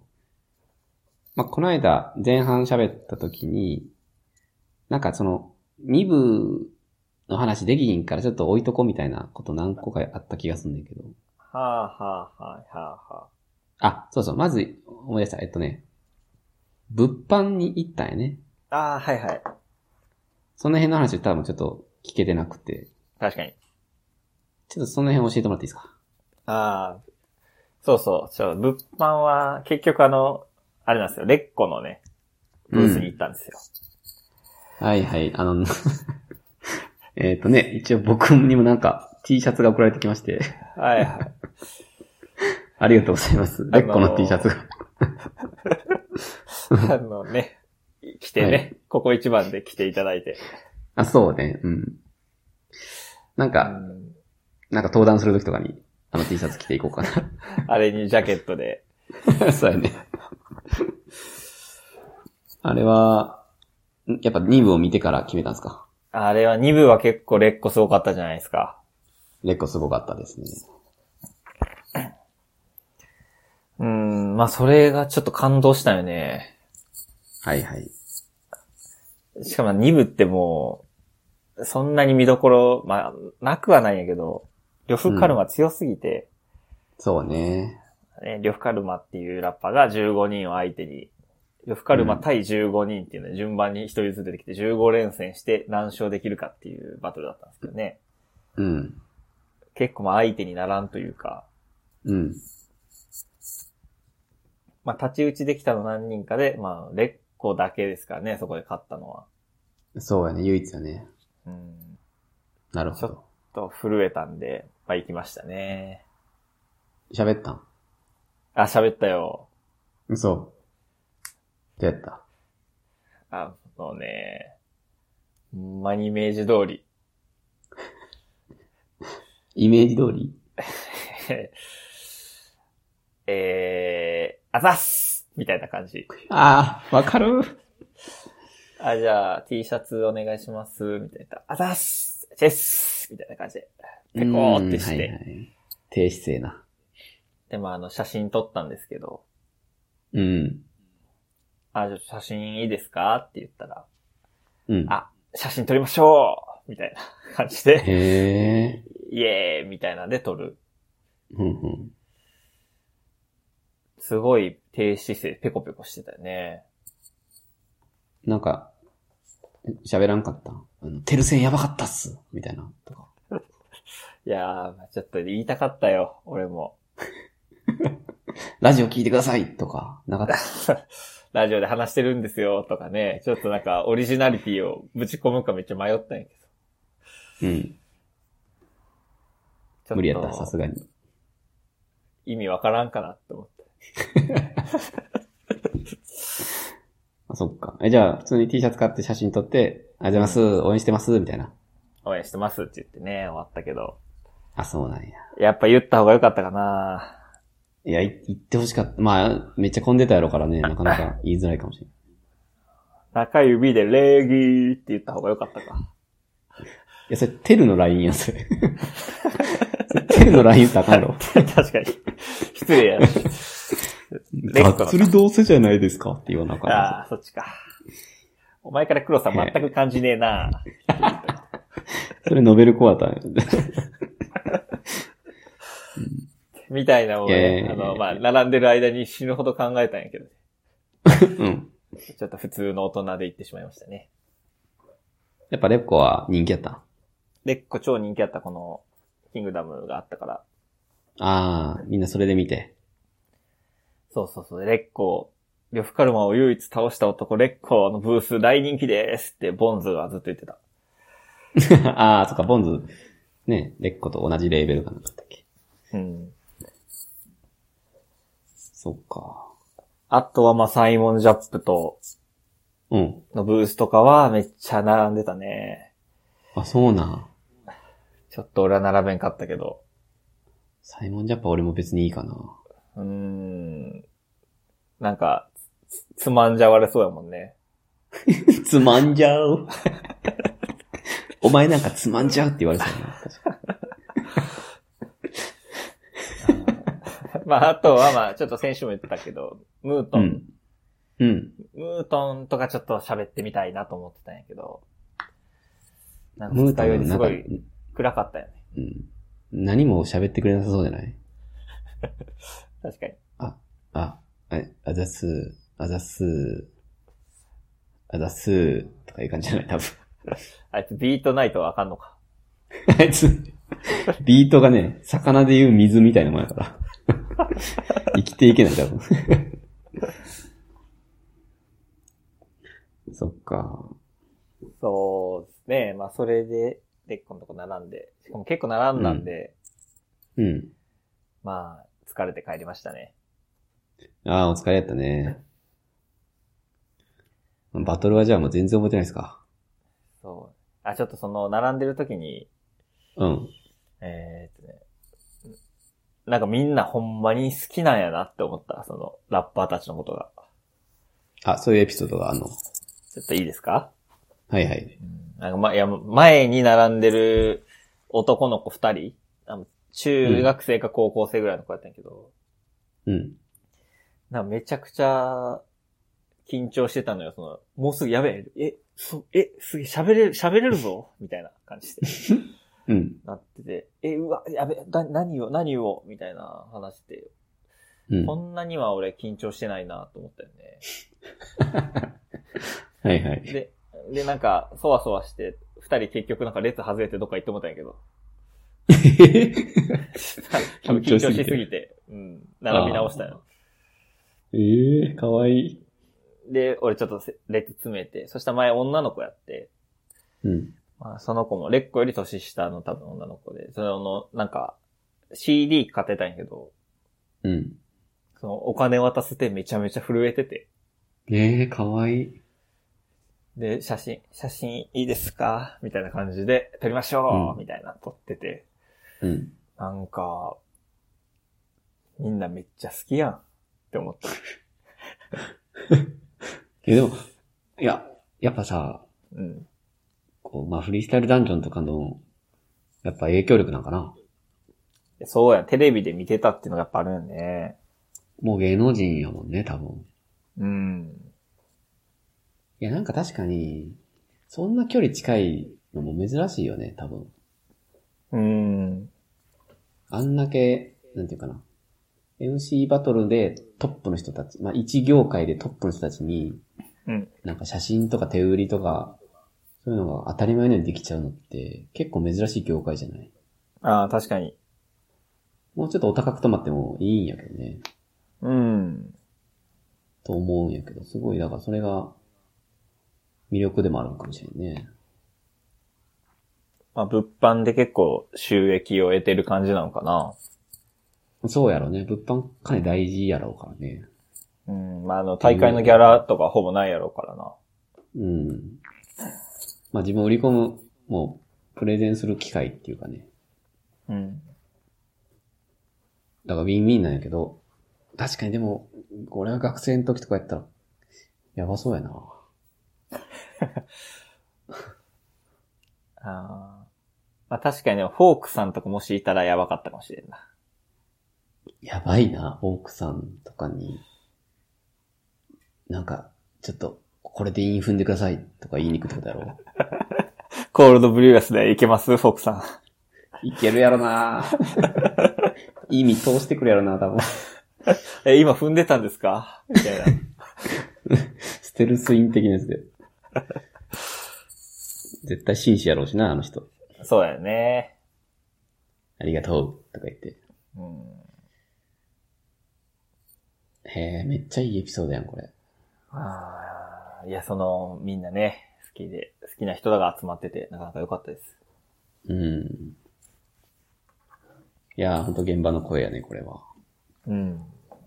この間、前半喋った時に、2部の話できひんからちょっと置いとこみたいなこと何個かあった気がするんだけど。あ、そうそう、まず思い出した。物販に行ったんやね。 はいはい。 その辺の話多分ちょっと聞けてなくて。 確かに。 ちょっとその辺教えてもらっていいですか？ そうそう。物販は結局あれなんですよ。レッコのね、ブースに行ったんですよ。 はいはい。一応僕にもT シャツが送られてきまして。 はいはい。 ありがとうございます。レッコの T シャツが。 着てね、はい、ここ一番で着ていただいて。 そうね。登壇するときとかに、T シャツ着ていこうかな。 あれにジャケットで。 そうやね。あれは、やっぱ2部を見てから決めたんですか？ あれは2部は結構レッコすごかったじゃないですか。 レッコすごかったですね。 それがちょっと感動したよね。 はいはい。 しかも2部ってもう、そんなに見どころ、なくはないんやけど、呂布カルマ強すぎて。 そうね。 呂布カルマっていうラッパーが15人を相手に、呂布カルマ対15人っていうので順番に一人ずつ出てきて15連戦して何勝できるかっていうバトルだったんですけどね。結構相手にならんというか。立ち打ちできたの何人かで、レッコだけですからね、そこで勝ったのは。 そうやね、唯一だね。なるほど。 ちょっと震えたんで、行きましたね。 喋ったん？ 喋ったよ。 嘘。どうやった？ ほんまにイメージ通り。 イメージ通り？ あざっすみたいな感じ。 わかる。 じゃあ T シャツお願いしますみたいな。あざっすチェスみたいな感じで。ペコーってして。はいはい、 低姿勢な。 でも写真撮ったんですけど。じゃあ写真いいですかって言ったら。写真撮りましょうみたいな感じで。イエーイみたいなんで撮る。すごい低姿勢、ペコペコしてたよね。 喋らんかった。テルセンやばかったっすみたいな。とか。 いやー、ちょっと言いたかったよ、俺も。 ラジオ聞いてくださいとか、なかった。 ラジオで話してるんですよとかね、ちょっとオリジナリティをぶち込むかめっちゃ迷ったんやけど。無理やった、さすがに。 意味わからんかなって思って。 そっか。じゃあ、普通に T シャツ買って写真撮って、 ありがとうございます、応援してます、みたいな。 応援してますって言ってね、終わったけど。 あ、そうなんや。 やっぱ言った方が良かったかな。 いや、言ってほしかった。まあ、めっちゃ混んでたやろからね、なかなか言いづらいかもしれない。 中指で礼儀って言った方が良かったか。 いや、それ、テルのラインやん、それ。テルのラインってあかんろ。 確かに。失礼やな。 がっつりどうせじゃないですかって言わなかった。 ああ、そっちか。お前から黒さ全く感じねえな。 それノベルコアターみたいなもんね。まあ、並んでる間に死ぬほど考えたんやけど。 うん。 ちょっと普通の大人で行ってしまいましたね。 やっぱレッコは人気やった？ レッコ超人気やった、この、キングダムがあったから。 ああ、みんなそれで見て。 そうそうそう。レッコ、呂布カルマを唯一倒した男、レッコのブース大人気ですって、ボンズがずっと言ってた。 ああ、そっか、ボンズ、ね、レッコと同じレーベルかなかったっけ。 うん。 そっか。 あとはまあ、サイモンジャップと、のブースとかはめっちゃ並んでたね。 あ、そうなん。 ちょっと俺は並べんかったけど。 サイモンジャップは俺も別にいいかな。 なんか、つまんじゃわれそうやもんね。 つまんじゃう。お前なんかつまんじゃうって言われそうやな。まあ、あとはまあ、ちょっと先週も言ってたけど、ムートン。 うん。 ムートンとかちょっと喋ってみたいなと思ってたんやけど。なんか、ムートンよりすごい暗かったよね。 うん。何も喋ってくれなさそうじゃない？ 確かに。 あざすとかいう感じじゃない多分。 あいつビートないとわかんのか。 あいつ、ビートがね、魚で言う水みたいなもんやから。生きていけない多分。そっか。 そうですね。まあそれで、レッコのとこ並んで、しかも結構並んだんで、まあ、疲れて帰りましたね。 ああ、お疲れやったね。バトルはじゃあもう全然覚えてないですか？ そう。ちょっとその、並んでる時に、なんかみんなほんまに好きなんやなって思った。その、ラッパーたちのことが。 あ、そういうエピソードがあるの？ ちょっといいですか？ はいはい。 なんか前に並んでる男の子二人、中学生か高校生ぐらいの子やったんやけど、なんかめちゃくちゃ緊張してたのよ、もうすぐやべえ、すげえ喋れるぞみたいな感じで。なってて、うわ、やべ、何をみたいな話で、こんなには俺緊張してないなと思ったよね。 はいはい。 で、なんか、そわそわして、二人結局なんか列外れてどっか行ってもったんやけど。緊張しすぎて、並び直したよ。 かわいい。 で、俺ちょっと列詰めて、そしたら前女の子やって、まあ、その子もレッコより年下の多分女の子で、なんか、CD 買ってたんやけど、そのお金渡せてめちゃめちゃ震えてて。 かわいい。 で、写真いいですかみたいな感じで、撮りましょうみたいな撮ってて。なんか、みんなめっちゃ好きやんって思った。 でも、いや、やっぱさ、まあフリースタイルダンジョンとかの、やっぱ影響力なんかな。 そうや、テレビで見てたっていうのがやっぱあるよね。 もう芸能人やもんね、多分。 いや、なんか確かに、そんな距離近いのも珍しいよね、多分。あんだけ、なんていうかな。MC バトルでトップの人たち、まあ一業界でトップの人たちに、なんか写真とか手売りとか、そういうのが当たり前のようにできちゃうのって、結構珍しい業界じゃない？ ああ、確かに。 もうちょっとお高く泊まってもいいんやけどね。と思うんやけど、すごい、だからそれが、魅力でもあるのかもしれんね。 まあ、物販で結構収益を得てる感じなのかな。 そうやろね。物販かなり大事やろうからね。 まあ、大会のギャラとかほぼないやろうからな。 まあ自分を売り込む、もう、プレゼンする機会っていうかね。 うん。 だからウィンウィンなんやけど、確かにでも、俺は学生の時とかやったら、やばそうやな。 まあ確かにね、フォークさんとかもしいたらやばかったかもしれんな。 やばいな、フォークさんとかに、なんか、ちょっと、これで韻踏んでくださいとか言いに行くってことやろ。 コールドブリューガスでいけますフォークさん。いけるやろな意味通してくるやろな、多分。 今踏んでたんですかみたいな。 ステルスイン的なやつで。絶対紳士やろうしな、あの人。 そうだよね。 ありがとう、とか言って。 うん、 へえ、めっちゃいいエピソードやん、これ。 いや、みんなね、好きな人らが集まってて、なかなか良かったです。 うん。いやー、ほんと現場の声やね、これは。 うん。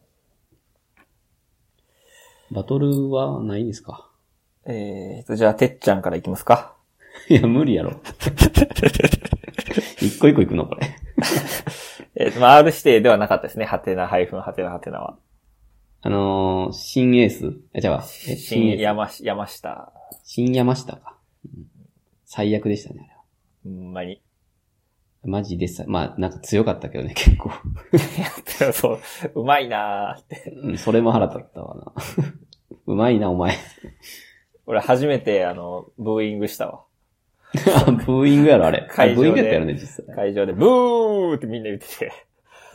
バトルはないんですか？ じゃあ、てっちゃんからいきますか。 いや、無理やろ。一個一個いくのこれ。 まあ、R 指定ではなかったですね。はてな、ハイフン、はてな、はてなは。 新エースじゃあ、 新山下。 新山下か。最悪でしたね、あれは。 ほんまに。 マジでさ、まあ、なんか強かったけどね、結構。 いや、そう、うまいなーって。 うん、それも腹立ったわな。うまいな、お前。 俺初めて、ブーイングしたわ。 ブーイングやろ、あれ。 会場で。 ブーイングやったやろね、実際。 会場で、ブーってみんな言ってて。 うん。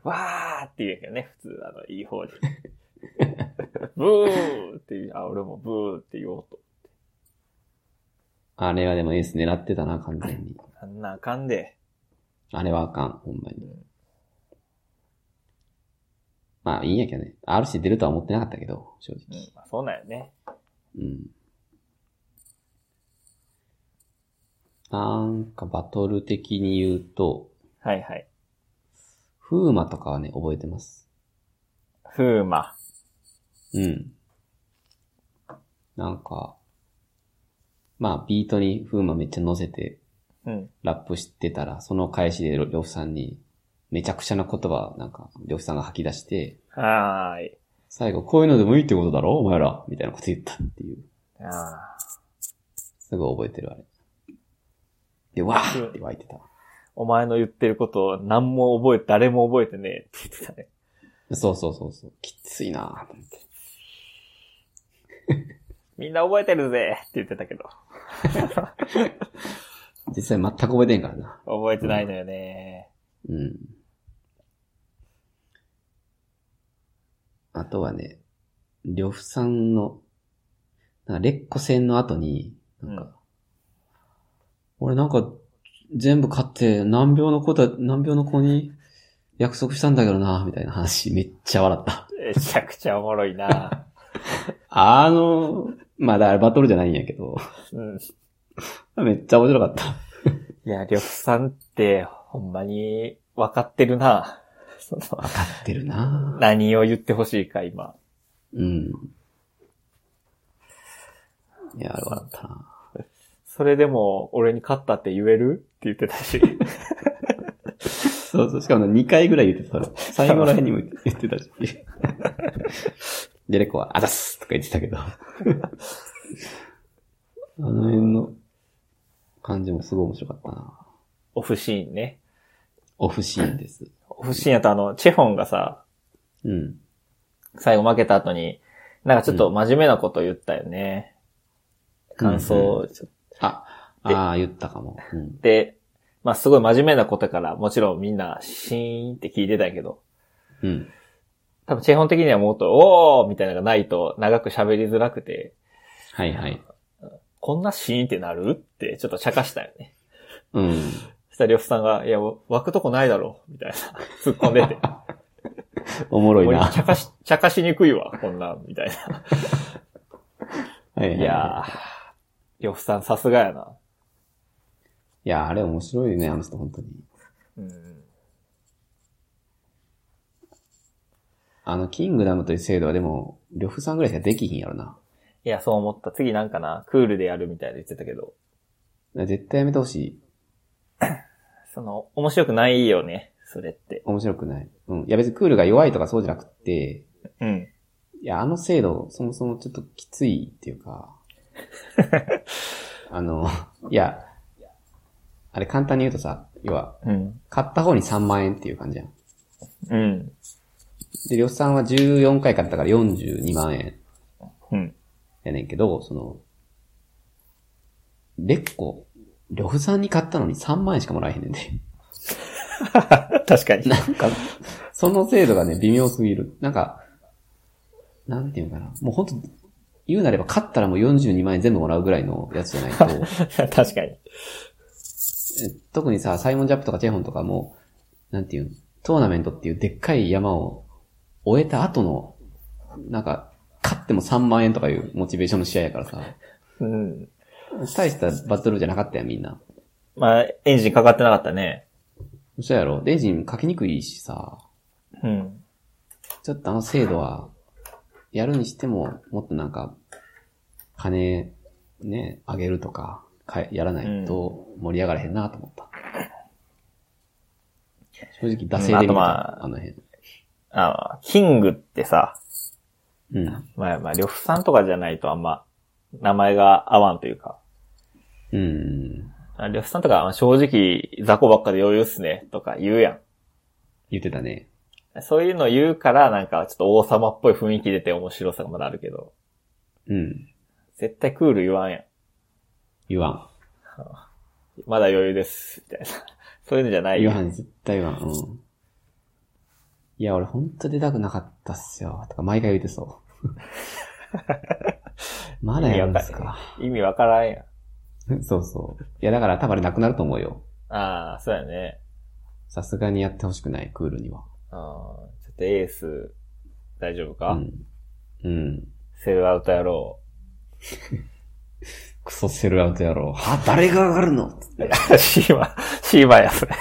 わーって言うけどね、普通、いい方に。ブーって言う、俺もブーって言おうと。 あれはでもエース狙ってたな、完全に。 あんなあかんで。 あれはあかん、ほんまに。まあ、いいんやけどね。RC 出るとは思ってなかったけど、正直。 まあ、そうなんよね。 うん。なんかバトル的に言うと、 はいはい。 フーマとかはね、覚えてます。 フーマ。 うん。なんか、まあ、ビートにフーマめっちゃ乗せて、ラップしてたら、その返しで呂布さんに、めちゃくちゃな言葉、なんか、呂布さんが吐き出して、 はーい。 最後、こういうのでもいいってことだろお前らみたいなこと言ったっていう。すごい覚えてる、あれ。で、わーって湧いてた。 お前の言ってることを誰も覚えてねえって言ってたね。 そう。きついなぁと思って。 みんな覚えてるぜって言ってたけど。 実際全く覚えてんからな。 覚えてないのよね。 うん。あとはね、呂布さんの、なんかレッコ戦の後に、なんか、俺なんか、全部買って難病の子に約束したんだけどな、みたいな話めっちゃ笑った。 めちゃくちゃおもろいな。 まあだからバトルじゃないんやけど、めっちゃ面白かった。 いや、呂布さんって、ほんまに、分かってるな。 分かってるな。 何を言ってほしいか、今。 うん。いや、笑ったな。 それでも、俺に勝ったって言えるって言ってたし。 そう、しかも2回ぐらい言ってた。最後らへんにも言ってたし。で、レコは、あざっすとか言ってたけど。あの辺の感じもすごい面白かったな。 オフシーンね。 オフシーンです。 オフシーンやとチェホンがさ、最後負けた後に、なんかちょっと真面目なこと言ったよね。感想、 言ったかも。 で、まあすごい真面目なことから、もちろんみんなシーンって聞いてたけど、多分チェホン的にはもっと、おーみたいなのがないと長く喋りづらくて、 はいはい。 こんなシーンってなるってちょっと茶化したよね。そしたら呂布さんが、いや、湧くとこないだろ、みたいな。突っ込んでて。 おもろいな。 茶化しにくいわ、こんなん、みたいな。いやー、呂布さんさすがやな。 いやー、あれ面白いね、あの人、本当に。キングダムという制度はでも、呂布さんぐらいしかできひんやろな。 いいや、そう思った。次なんかな、クールでやるみたいな言ってたけど。 絶対やめてほしい。 面白くないよね、それって。 面白くない。うん。いや別にクールが弱いとかそうじゃなくて、 うん。 いや、制度、そもそもちょっときついっていうか、いや、あれ簡単に言うとさ、要は、買った方に3万円っていう感じやん。 うん。 で、呂布さんは14回買ったから42万円。 うん。 やねんけど、別個、呂布さんに買ったのに3万円しかもらえへんねんで。 確かに。 なんか、その制度がね、微妙すぎる。なんか、なんていうのかな。もうほんと、言うなれば買ったらもう42万円全部もらうぐらいのやつじゃないと。 確かに。 特にさ、サイモンジャップとかチェホンとかも、なんていうの、トーナメントっていうでっかい山を終えた後の、なんか、勝っても3万円とかいうモチベーションの試合やからさ。 うん。 大したバトルじゃなかったよ、みんな。 まあ、エンジンかかってなかったね。 そうやろ。エンジンかけにくいしさ。 うん。 ちょっと制度は、やるにしても、もっとなんか、金、ね、あげるとか、やらないと盛り上がらへんなと思った。正直、惰性で見た、あの辺。 キングってさ、 うん。 まあ、呂布さんとかじゃないとあんま、名前が合わんというか。 うん。 呂布さんとか正直、雑魚ばっかで余裕っすね、とか言うやん。 言ってたね。 そういうの言うから、なんかちょっと王様っぽい雰囲気出て面白さがまだあるけど。 うん。 絶対クール言わんやん。 言わん。 まだ余裕です、みたいな。そういうのじゃないよ。言わん、絶対言わん。うん。いや、俺ほんと出たくなかったっすよ。とか毎回言うてそう。まだやるんですか。 意味わからんやん。そうそう。いや、だから多分あれなくなると思うよ。 ああ、そうやね。 さすがにやってほしくない、クールには。 ちょっとエース、大丈夫か？ うん。 セルアウトやろう。クソセルアウトやろう。誰が上がるのシーバや、それ。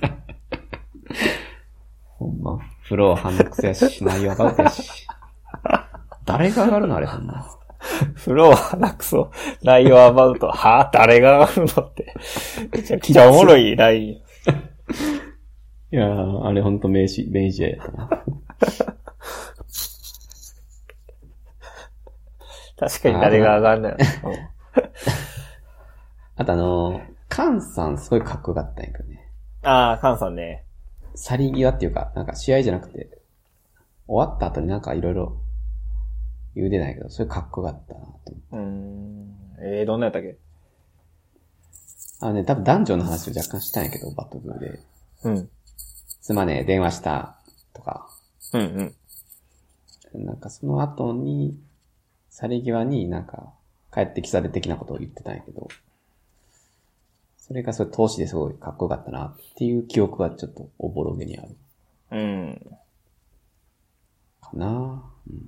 ほんま。フローハンドクソやし、内容アバウトやし。誰が上がるのあれほんま。 フローハンドクソ、内容アバウト。誰が上がるのって。めちゃくちゃおもろいライン。 いやー、あれほんと名詞やったな。 確かに誰が上がるのよ。 あとカンさんすごいかっこよかったんやけどね。 カンさんね。 去り際っていうか、なんか試合じゃなくて、終わった後になんかいろいろ言うてないけど、それかっこよかったなと思って。どんなやったっけ？ 多分男女の話を若干したんやけど、バトルで。 うん。 すまねえ、電話した、とか。 うんうん。なんかその後に、去り際になんか、帰ってきされ的なことを言ってたんやけど、それがそれ投資ですごいかっこよかったなっていう記憶はちょっとおぼろげにある。 うん。 かなぁ。うん。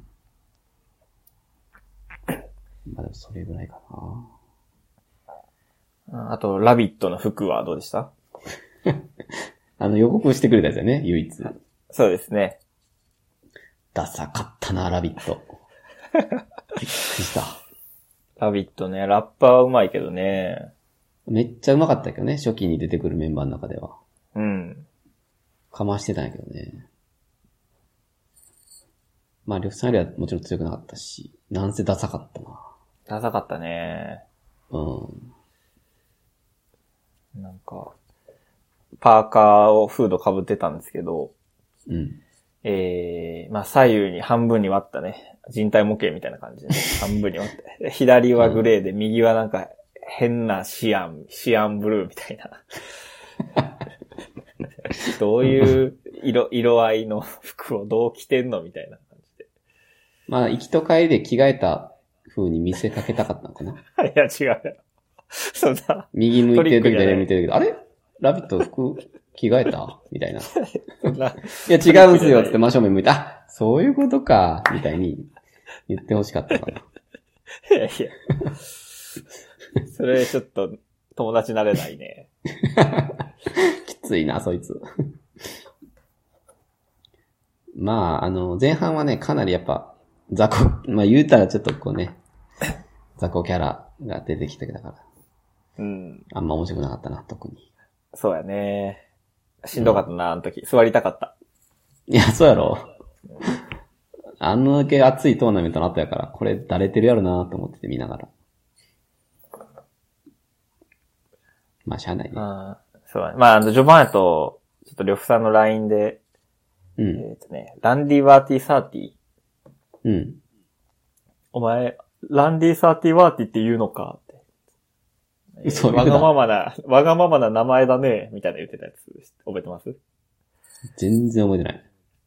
まあでもそれぐらいかな。あと、ラビットの服はどうでした？ 予告してくれたやつよね、唯一。 そうですね。 ダサかったな、ラビット。びっくりした。 ラビットね、ラッパーはうまいけどね。 めっちゃうまかったけどね、初期に出てくるメンバーの中では。 うん。 かましてたんやけどね。まあ、呂布さんよりはもちろん強くなかったし、なんせダサかったな。 ダサかったね。 うん。 なんか、パーカーをフード被ってたんですけど、 うん。 まあ左右に半分に割ったね、人体模型みたいな感じで、ね、半分に割って、左はグレーで、右はなんか変なシアンブルーみたいな。どういう色合いの服をどう着てんのみたいな感じで。 まあ、行きと帰りで着替えた風に見せかけたかったのかな。 いや、違う。そうだ。 右向いてる時左向いてるけど、あれラビット服着替えたみたいな。いや、違うんすよって真正面向いて、あ、そういうことか、みたいに言ってほしかったかな。 いやいや。それちょっと友達なれないね。 きついな、そいつ。まあ、前半はね、かなりやっぱ、まあ言うたらちょっとこうね、 雑魚キャラが出てきたから。 うん。 あんま面白くなかったな、特に。 そうやね。しんどかったな、あの時。座りたかった。 いや、そうやろ。あんなだけ熱いトーナメントの後やから、これだれてるやろなと思ってて見ながら。まあ、しゃあないね。 そうやね。まあ、序盤やと、ちょっと呂布さんの LINE で、 うん。 ランディワーティー30。 うん。 お前、ランディ30ワーティって言うのかって。わがままな名前だね、みたいな言ってたやつ、覚えてます？ 全然覚えてない。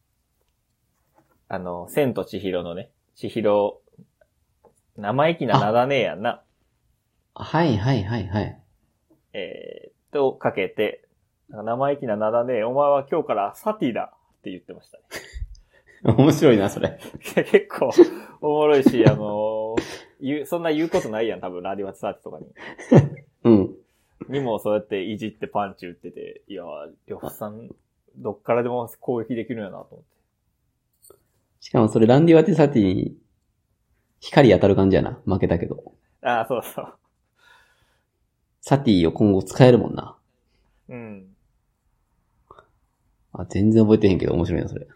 千と千尋のね、千尋、生意気な名だねやんな。 はいはいはいはい。 とかけて、生意気な名だね、お前は今日からサティだって言ってましたね。 面白いな、それ。 結構、おもろいし、そんな言うことないやん、多分、ラディワツサーティとかに。 うん。 にもそうやっていじってパンチ打ってて、いやー、呂布さん、どっからでも攻撃できるんやなと思って。 しかもそれランディワティサティに光当たる感じやな。負けたけど。 ああ、そうそう。 サティを今後使えるもんな。 うん。 あ、全然覚えてへんけど面白いな、それ。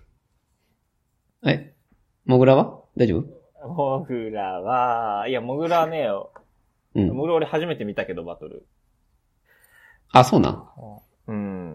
モグラは大丈夫？ モグラは、いや、モグラはね、 うん。 モグラ俺初めて見たけど、バトル。 あ、そうなん。 うん。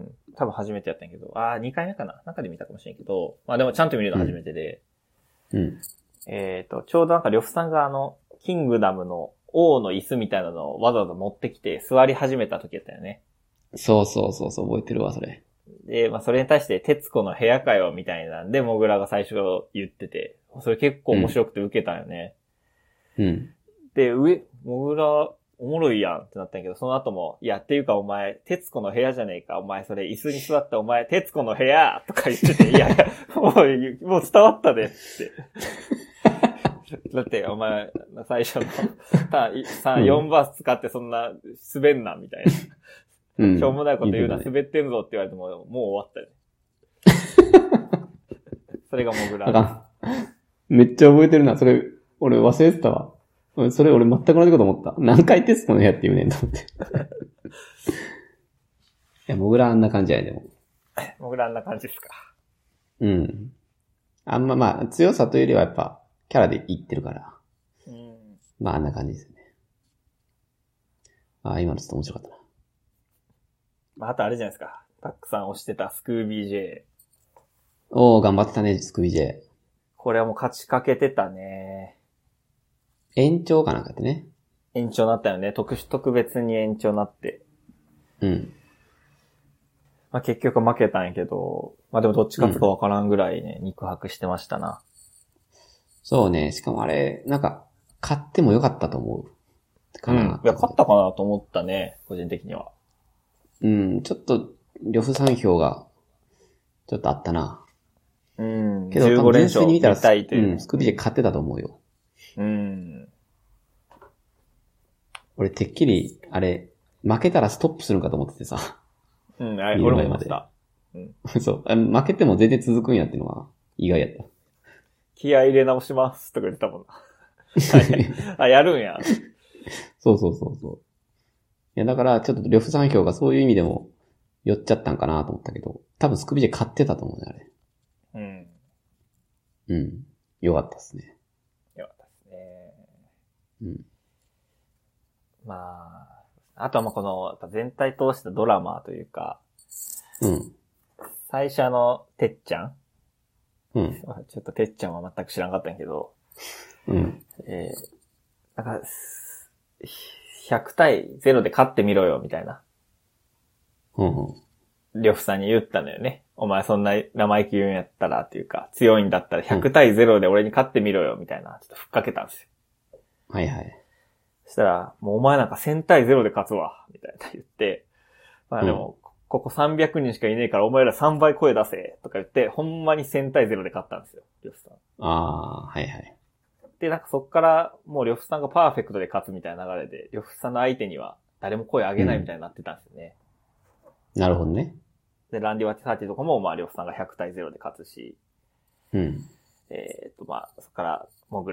多分初めてやったんやけど、2回目かな中で見たかもしれんけど、まあでもちゃんと見るの初めてで。 うん。 ちょうどなんか呂布さんがキングダムの王の椅子みたいなのをわざわざ持ってきて座り始めた時やったよね。 そうそうそうそう、覚えてるわ、それ。 で、まあそれに対して、徹子の部屋かよ、みたいなんで、モグラが最初言ってて、それ結構面白くて受けたよね。 うん。 で、モグラ、おもろいやんってなったんやけど、その後も、いや、っていうかお前、徹子の部屋じゃねえか、お前それ椅子に座ってお前、徹子の部屋とか言ってて、いやいや、もう伝わったでって。だって、お前、最初の4バース使ってそんな滑んな、みたいな。 うん、 しょうもないこと言うな、滑ってんぞって言われても、もう終わったよ。それがモグラ。 あかん。めっちゃ覚えてるな。それ、俺忘れてたわ。それ俺全く同じこと思った。何回テストの部屋って言うねんと思って。いや、モグラあんな感じやね、でも。 モグラあんな感じですか。 うん。あんままあ、強さというよりはやっぱ、キャラでいってるから。 うん。 まあ、あんな感じですよね。今のちょっと面白かったな。 あとあれじゃないですか。たくさん推してたスクービー J。 頑張ってたね、スクービー J。 これはもう勝ちかけてたね。 延長かなんかってね。 延長なったよね。特別に延長なって。 うん。 まあ結局負けたんやけど、まあでもどっち勝つかわからんぐらいね、肉薄してましたな。 そうね。しかもあれ、なんか、勝ってもよかったと思う。 かな。うん。いや、勝ったかなと思ったね、個人的には。 うん、ちょっと、呂布3票が、ちょっとあったな。 うん。 けど、15連勝見たら、 スクービー J 勝ってたと思うよ。 うん。 俺、てっきり、あれ、負けたらストップするんかと思っててさ。 うん、あれ、俺も思った。 うん。そう。負けても全然続くんやっていうのは、意外やった。 気合入れ直しますとか言ってたもんな。やるんや。 そうそうそうそう。いや、だから、ちょっと呂布3票がそういう意味でも、寄っちゃったんかなと思ったけど、多分スクビジェ勝ってたと思うね、あれ。 うん。 うん。よかったっすね。 よかったっすね。 うん。 まあ、あとはこの、全体通したドラマというか、 うん。 最初てっちゃんうん。 ちょっとてっちゃんは全く知らんかったんやけど、 うん。 なんか、100対0で勝ってみろよ、みたいな。呂布さんに言ったのよね。お前そんな生意気言うんやったらっていうか、強いんだったら100対0で俺に勝ってみろよ、みたいな。ちょっとふっかけたんですよ。 はいはい。 そしたら、もうお前なんか1000対0で勝つわ、みたいな言って、まあでも、ここ300人しかいねえからお前ら3倍声出せ、とか言って、ほんまに1000対0で勝ったんですよ、呂布さん。 はいはい。 で、なんかそっからもう呂布さんがパーフェクトで勝つみたいな流れで、呂布さんの相手には誰も声上げないみたいになってたんですよね。 なるほどね。 で、ランディワティサーティとかもまあ呂布さんが100対0で勝つし、 うん。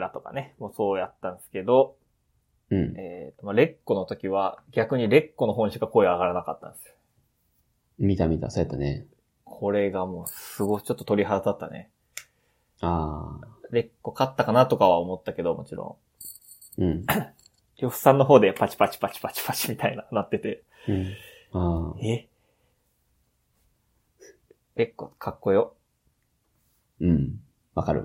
まあそっからモグラとかね、もうそうやったんですけど、 うん。 レッコの時は逆にレッコの方にしか声上がらなかったんですよ。 見た、そうやったね。 これがもうすごいちょっと鳥肌立ったね。 ああ。 レッコ勝ったかなとかは思ったけど、もちろん。うん。 呂布さんの方でパチパチパチパチパチみたいな、なってて。 うん。ああ。 レッコかっこよ。 うん。わかる。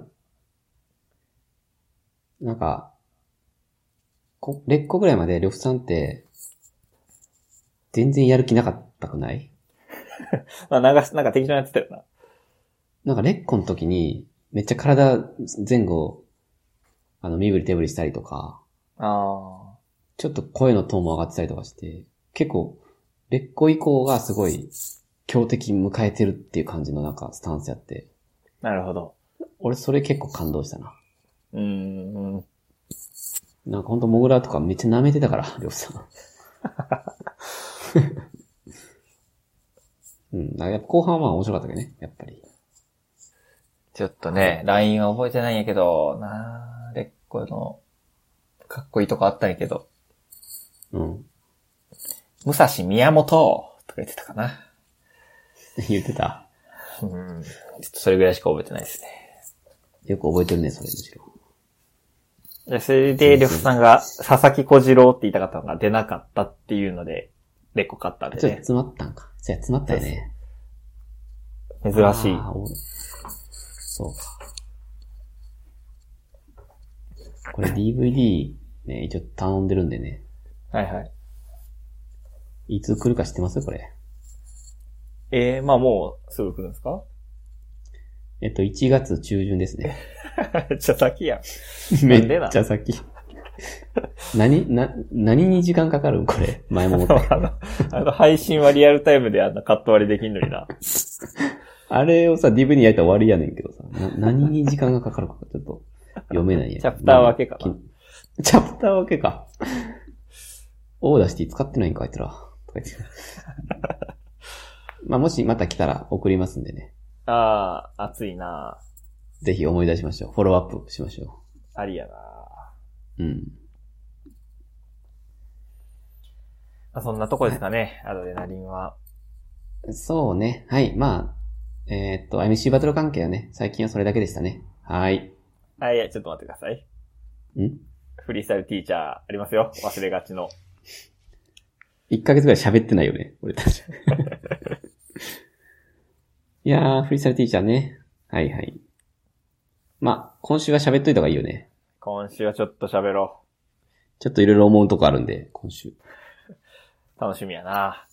なんか、レッコぐらいまで呂布さんって、全然やる気なかったくない？ まあなんか適当にやってたよな。 なんかレッコの時に、めっちゃ体前後、身振り手振りしたりとか、ちょっと声のトーンも上がってたりとかして、結構、レッコ以降がすごい、強敵迎えてるっていう感じのなんかスタンスやって。 なるほど。 俺それ結構感動したな。なんかほんとモグラとかめっちゃ舐めてたから、呂布さん。うん。やっぱ後半は面白かったけどね、やっぱり。 ちょっとね、LINE は覚えてないんやけど、レッコの、かっこいいとこあったんやけど。 うん。 武蔵宮本とか言ってたかな。 言ってた。 ちょっとそれぐらいしか覚えてないですね。 よく覚えてるね、それむしろ。 それで、呂布さんが佐々木小次郎って言いたかったのが出なかったっていうので、レッコ勝ったんでね。 ちょっと詰まったんか。詰まったよね。 珍しい。 そうか。これ DVD ね、一応頼んでるんでね。 はいはい。 いつ来るか知ってますこれ。 まあもうすぐ来るんですか ？1月中旬ですね。 めっちゃ先やん。 めっちゃ先。何に時間かかるんこれ。前も思った。 配信はリアルタイムでカット割りできんのにな。 あれをさ、DVD 焼いたら終わりやねんけどさ。何に時間がかかるかちょっと読めないや。 チャプター分けかな。 チャプター分けか。オーダーシティ使ってないんか、あいつら。とか言って。まあ、もしまた来たら送りますんでね。 熱いな。 ぜひ思い出しましょう。フォローアップしましょう。ありやな。 うん。 そんなとこですかね、アドレナリンは。 そうね。はい。まあ、MC バトル関係はね、最近はそれだけでしたね。はい。 いや、ちょっと待ってください。フリースタイルティーチャーありますよ。忘れがちの。 1ヶ月ぐらい喋ってないよね、俺たち。いやー、フリースタイルティーチャーね。はいはい。まあ、今週は喋っといた方がいいよね。 今週はちょっと喋ろう。 ちょっといろいろ思うとこあるんで、今週。 楽しみやな。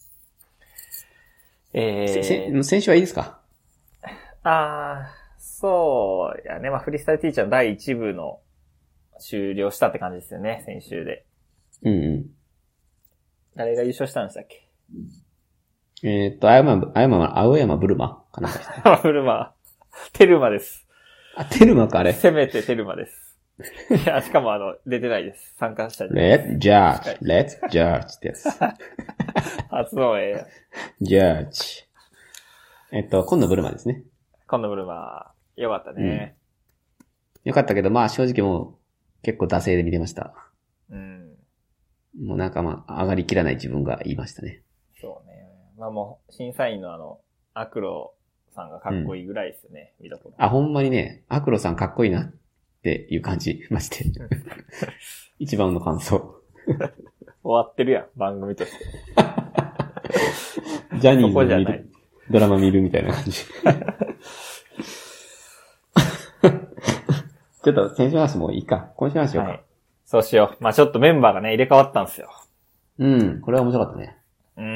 先週はいいですか？ そうやね。まあ、フリースタイルティーチャーの第1部の終了したって感じですよね、先週で。誰が優勝したんでしたっけ？ 青山ブルマかな。 青山ブルマ。テルマです。 テルマかあれ。 せめてテルマです。いや、しかも出てないです。参加した Let's judge ってやつ。 初の絵。 judge。今度ブルマですね。 今度ブルマ。よかったね。 よかったけど、まあ正直もう結構惰性で見てました。もうなんかまあ上がりきらない自分が言いましたね。 そうね。まあもう審査員のアクロさんがかっこいいぐらいですよね、見どころ。 ほんまにね、アクロさんかっこいいなっていう感じまして。一番の感想。 終わってるやん、番組として。 ジャニーズの見るドラマ見るみたいな感じ。ちょっと先週の話もいいか。今週の話しようか。はい。 そうしよう。まあちょっとメンバーがね、入れ替わったんですよ。 これは面白かったね。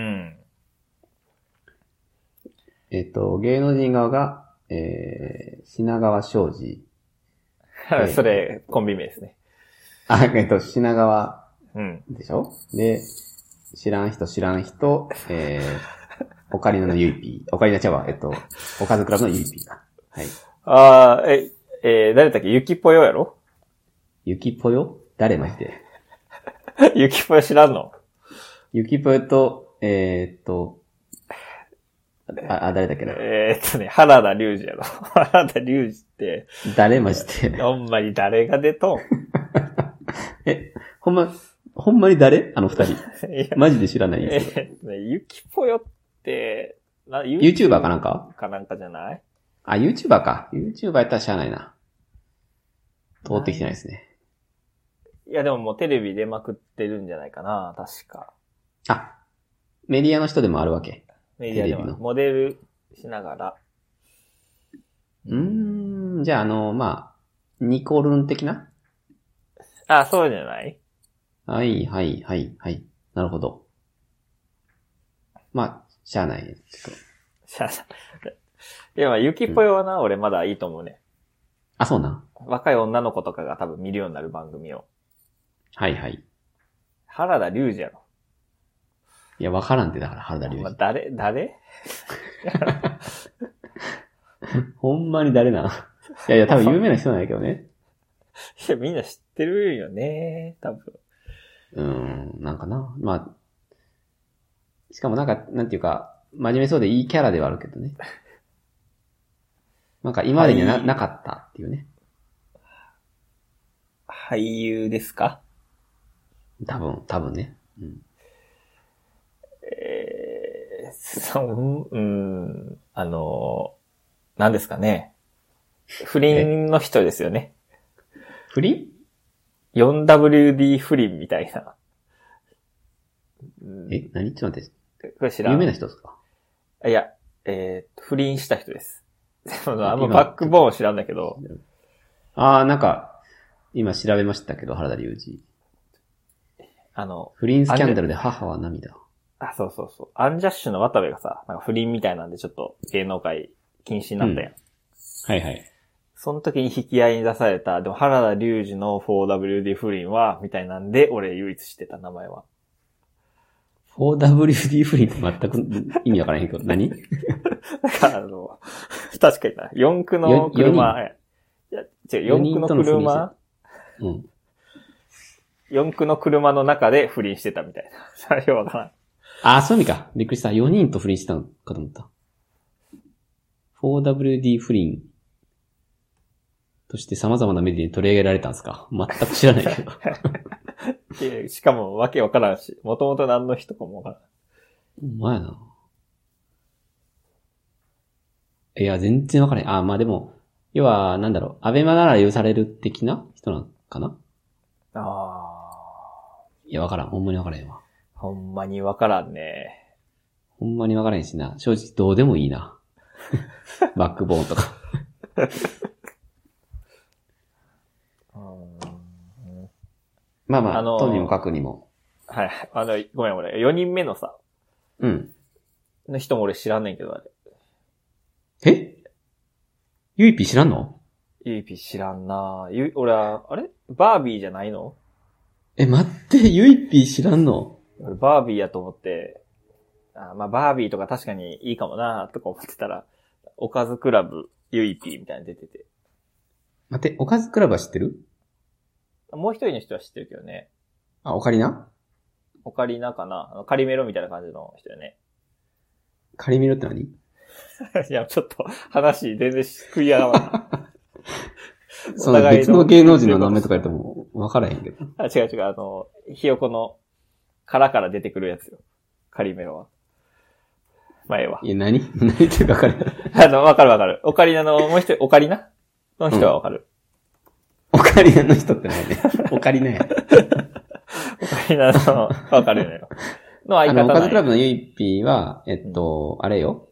芸能人側が、品川庄司。 それ、コンビ名ですね。 品川。でしょ？で、知らん人、オカリナのゆいぴー。オカリナちゃうわ、おかずクラブのゆいぴーだ。 はい。誰だっけ？ゆきぽよやろ？ ゆきぽよ？誰マジで？ ゆきぽよ知らんの？ ゆきぽよと、誰だっけな。 原田龍二やろ。原田龍二って。 誰マジで。 ほんまに誰が出とん？ ほんま、 ほんまに誰あの二人。マジで知らないんですけど。 ゆきぽよって、 YouTuber かなんかかなんかじゃない？ あ、YouTuber か。YouTuber やったら知らないな。通ってきてないですね。 いや、でももうテレビ出まくってるんじゃないかな、確か。 あ、メディアの人でもあるわけ。 メディアでもモデルしながら。 じゃあまあ、ニコルン的な？ あ、そうじゃない？ はい。なるほど。まあ、しゃあないですけど。 しゃあない。いや、まあ、ゆきぽよはな、俺まだいいと思うね。 あ、そうな。 若い女の子とかが多分見るようになる番組を。 はい。 原田龍二やろ。 いや、わからんってだから、原田龍二。 誰ほんまに誰な。いや、多分有名な人なんやけどね。 いや、みんな知ってるよね、多分。 なんかな。まあ、しかもなんていうか、真面目そうでいいキャラではあるけどね。なんか今までには なかったっていうね。 俳優ですか？ 多分ね。 何ですかね。不倫の人ですよね。 不倫？ 4WD 不倫みたいな。 何？ちょっと待って。 これ知らん？ 有名な人ですか？ いや、不倫した人です。あんまバックボーン知らんだけど。 なんか、今調べましたけど、原田龍二。不倫スキャンダルで母は涙。 あ、そう。アンジャッシュの渡部がさ、なんか不倫みたいなんでちょっと芸能界禁止になったやん。 はい。 その時に引き合いに出された、でも原田龍二の 4WD 不倫は、みたいなんで、俺唯一知ってた名前は。 4WD 不倫って全く意味わからへんけど、何？ だから確かにな、四駆の車、いや、違う、四駆の車、四駆の車の中で不倫してたみたいな。それはわからん。 あ、そういう意味か。びっくりした。4人と不倫してたのかと思った。4WD 不倫として様々なメディアに取り上げられたんですか？全く知らないけど。 しかもわけわからんし、もともと何の人かもわからん。 お前やな。いや、全然わからない。まあでも、要は、なんだろう、アベマなら許される的な人なのかな？いや、わからん。ほんまにわからへんわ。 ほんまにわからんね。 ほんまにわからへんしな。正直どうでもいいな。バックボーンとか。まあ、とにもかくにも。 はい。ごめん俺、4人目のさ。の人も俺知らんねんけど、あれ。ゆいぴー知らんの？ ゆいぴー知らんな。俺は、あれバービーじゃないの？ 待って、ゆいぴー知らんの？ 俺バービーやと思って、まあバービーとか確かにいいかもなとか思ってたら、おかずクラブ、ゆいぴーみたいなの出てて。 待って、おかずクラブは知ってる？ もう一人の人は知ってるけどね。 オカリナ？ オカリナかな？カリメロみたいな感じの人よね。 カリメロって何？ いや、ちょっと話全然食い合わない。 その別の芸能人の名前とか言っても分からへんけど。 違う。ひよこの殻から出てくるやつよ。カリメロは。まあ、ええわ。 いや、何言ってるか分かる。 わかる。オカリナの、もう一人、オカリナの人はわかる。 オカリナの人って何ね。オカリナや。 オカリナの、わかるよね。の相方。 オカズクラブのゆいぴーは、あれよ。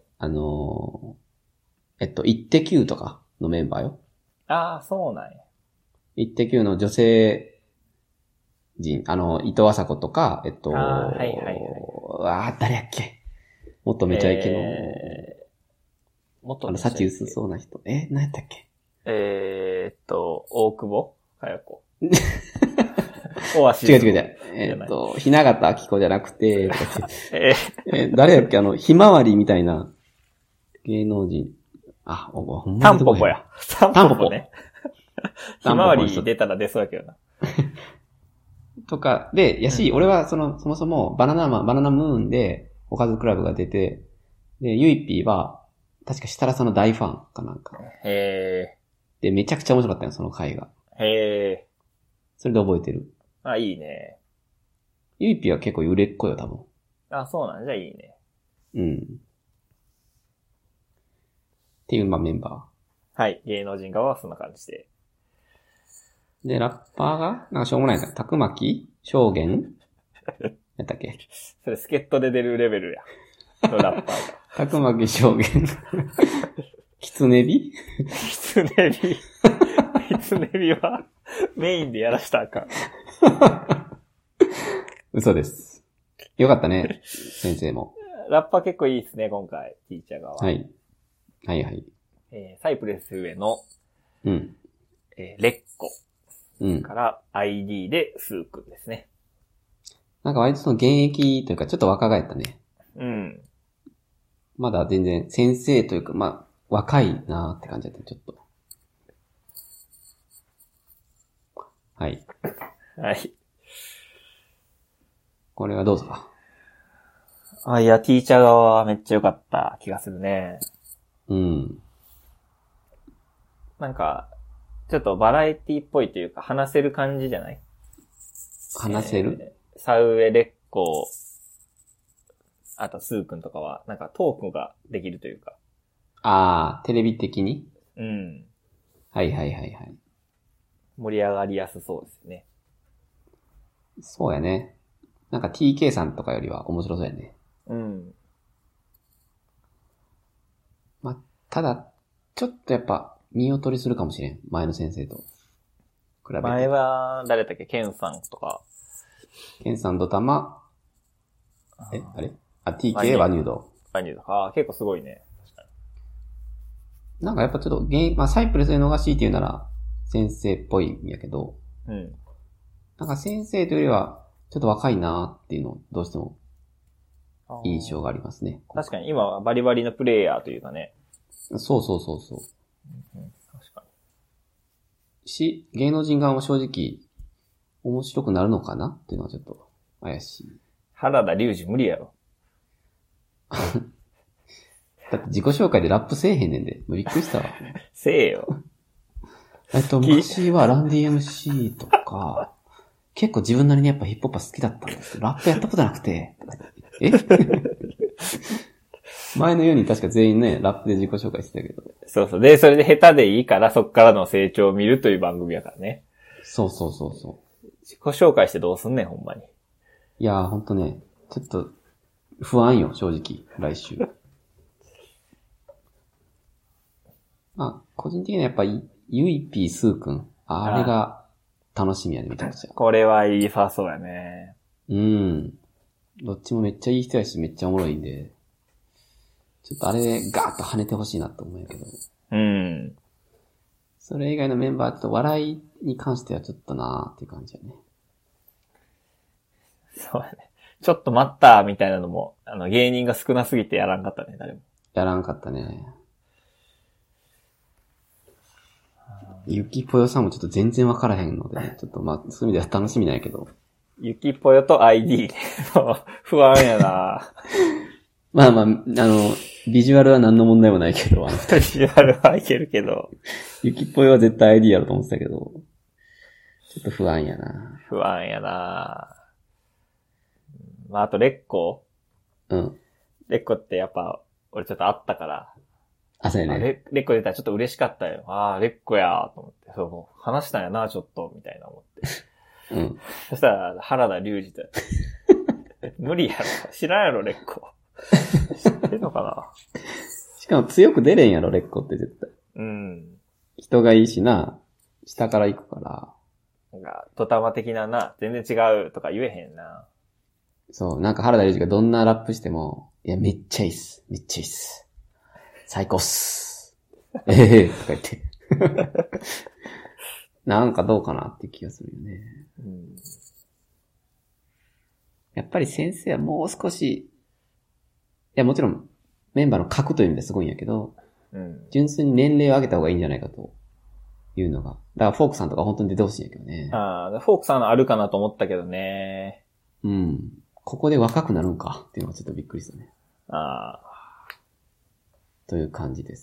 イッテ Q とかのメンバーよ。 ああ、そうなんや。 イッテ Q の女性人、伊藤麻子とか、誰やっけ？もっとめちゃイケの、もっと幸薄そうな人。何やったっけ？ 大久保佳代子。 オアシス。違う。ひながたあきこじゃなくて、誰やっけ？ひまわりみたいな芸能人。ほんまに。 タンポポや。タンポポね。ひまわり出たら出そうやけどな。 とか、で、俺はそもそもバナナムーンで、おかずクラブが出て、で、ゆいぴーは、確か設楽さんの大ファンかなんか。で、めちゃくちゃ面白かったよ、その回が。それで覚えてる。 いいね。 ゆいぴは結構売れっ子よ、多分。 あ、そうなんじゃいいね。 うん。っていう、まあメンバー。はい。芸能人側はそんな感じで。 で、ラッパーがなんかしょうもないな。たくまき証言やったっけそれ、助っ人で出るレベルや。のラッパーが。 たくまき証言きつねびきつねび。きつねびは、メインでやらしたらあかん。 嘘です。よかったね、先生も。 ラッパー結構いいですね、今回、ティーチャー側。 はい。はいはい。 サイプレス上の、 うん。 レッコ。 うん。 から ID でスーくんですね。 なんか割とその現役というかちょっと若返ったね。 うん。 まだ全然先生というか、まあ、若いなーって感じだった、ちょっと。はい。 はい。 これはどうぞか。 あ、いや、ティーチャー側はめっちゃ良かった気がするね。 うん。 なんか、ちょっとバラエティっぽいというか、話せる感じじゃない？ 話せる？ サウエレッコ、あとスーくんとかは、なんかトークができるというか。 あー、テレビ的に？ うん。 はいはいはいはい。 盛り上がりやすそうですね。 そうやね。なんか TK さんとかよりは面白そうやね。 うん。 まあ、ただ、ちょっとやっぱ、見劣りするかもしれん。前の先生と。比べて。 前は、誰だっけ？ケンさんとか。 ケンさんとたま、あれTK は入道。 バニュード。ああ、結構すごいね。確かに。なんかやっぱちょっとまあサイプレスで逃しいって言うなら、先生っぽいんやけど、 うん。 なんか先生というよりは、ちょっと若いなーっていうのをどうしても印象がありますね。 確かに今はバリバリのプレイヤーというかね。 そうそうそうそう。 うん、確かに。芸能人側も正直、面白くなるのかなっていうのはちょっと怪しい。 原田龍二無理やろ。 だって自己紹介でラップせえへんねんで。びっくりしたわ。 せえよ。 昔はランディ MC とか、結構自分なりにやっぱヒップホップ好きだったんですけど、ラップやったことなくて、前のように確か全員ね、ラップで自己紹介してたけど。 そうそう。で、それで下手でいいから、そっからの成長を見るという番組やからね。 そうそうそうそう。 自己紹介してどうすんねん、ほんまに。 いやー、ほんとね、ちょっと、不安よ、正直、来週。まあ、個人的にはやっぱり、ゆいぴーすーくん。あれが楽しみやね、めちゃくちゃ。 これはいいファーそうやね。 うん。どっちもめっちゃいい人やし、めっちゃおもろいんで、ちょっとあれでガーッと跳ねてほしいなと思うんやけど。 うん。 それ以外のメンバー、ちょっと笑いに関してはちょっとなーっていう感じやね。 そうやね。ちょっと待ったみたいなのも、芸人が少なすぎてやらんかったね、誰も。 やらんかったね。ゆきぽよさんもちょっと全然わからへんので、ちょっとまあ、そういう意味では楽しみないけど。 ゆきぽよと ID ね。不安やなまあまあ、ビジュアルは何の問題もないけど、 ビジュアルはいけるけど。 ゆきぽよは絶対 ID やろうと思ってたけど、ちょっと不安やな。 不安やなまあ、あと、レッコ。 うん。 レッコってやっぱ、俺ちょっとあったから。 あ、そうやね。 レッコ出たらちょっと嬉しかったよ。ああ、レッコやと思って。そう、話したんやな、ちょっと、みたいな思って。 うん。 そしたら、原田龍二と。無理やろ。知らんやろ、レッコ。知ってるのかな。 しかも強く出れんやろ、レッコって絶対。 うん。 人がいいしな、下から行くから。 なんか、ドタマ的なな、全然違うとか言えへんな。 そう、なんか原田龍二がどんなラップしても、いや、めっちゃいいっす。めっちゃいいっす。最高っす。とか言って。なんかどうかなって気がするよね。 うん、 やっぱり先生はもう少し、いやもちろんメンバーの格という意味ですごいんやけど、 うん、 純粋に年齢を上げた方がいいんじゃないかというのが。だからフォークさんとか本当に出てほしいんやけどね。 ああ、フォークさんのあるかなと思ったけどね。 うん。ここで若くなるんかっていうのがちょっとびっくりしたね。 ああ。 という感じです。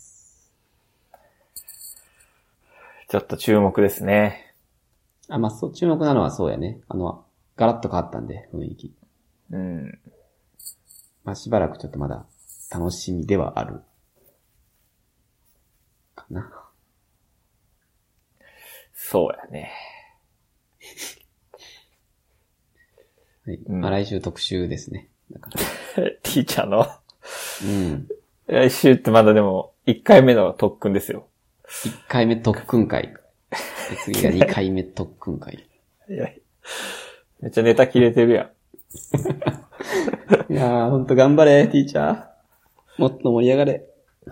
ちょっと注目ですね。 まあそう、注目なのはそうやね。 ガラッと変わったんで、雰囲気。 うん。 まあしばらくちょっとまだ楽しみではある。かな。 そうやね。 はい。まあ来週特集ですね。だからティーチャーの。 うん。 来週ってまだでも、1回目の特訓ですよ。 1回目特訓会。次が2回目特訓会。 いや、めっちゃネタ切れてるやん。いやー、ほんと頑張れ、ティーチャー。もっと盛り上がれ。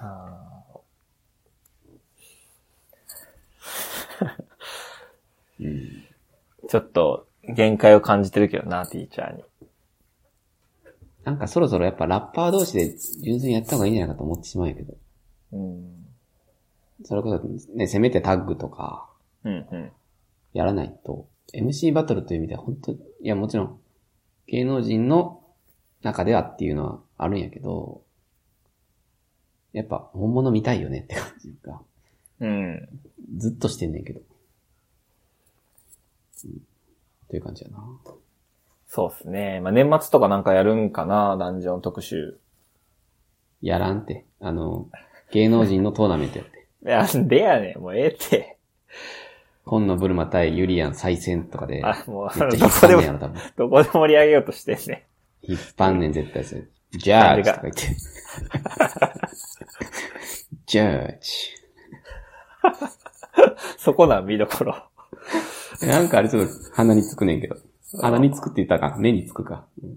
うん、ちょっと、限界を感じてるけどな、ティーチャーに。 なんかそろそろやっぱラッパー同士で純粋にやった方がいいんじゃないかと思ってしまうんやけど。 うん。 それこそね、せめてタッグとか、やらないと、MC バトルという意味では本当、いやもちろん、芸能人の中ではっていうのはあるんやけど、やっぱ本物見たいよねって感じが。 うん。 ずっとしてんねんけど。うん、という感じやな。 そうっすね。まあ、年末とかなんかやるんかな、ダンジョン特集。 やらんって。芸能人のトーナメントやって。 いや、んでやねん。もうええって。 今野ブルマ対ユリアン再戦とかで。 あ、もう、 めっちゃ引っ張んねんやろ、多分。 どこで盛り上げようとしてんねん。引っ張んねん、絶対それ。ジャージとか言って。ジャージ。 そこなん見どころ。 なんかあれちょっと鼻につくねんけど。鼻につくって言ったら目につくか。うん、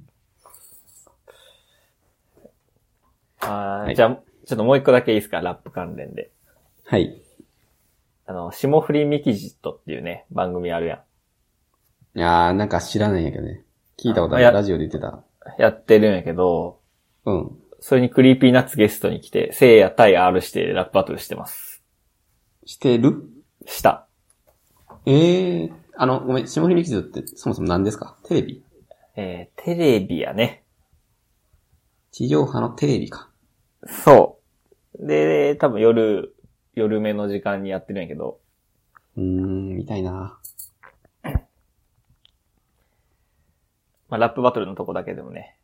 はい、じゃあ、ちょっともう一個だけいいですか、ラップ関連で。 はい。 霜降りミキジットっていうね、番組あるやん。いやー、なんか知らないんやけどね。聞いたことある。ラジオで言ってた。 やってるんやけど、 うん。 それにクリーピーナッツゲストに来て、せいや対 R してラップバトルしてます。 してる？ した。 ごめん、霜降りミキジットってそもそも何ですか？テレビ？ テレビやね。 地上波のテレビか。 そう。で、多分夜目の時間にやってるんやけど。 見たいな。 まあ、ラップバトルのとこだけでもね。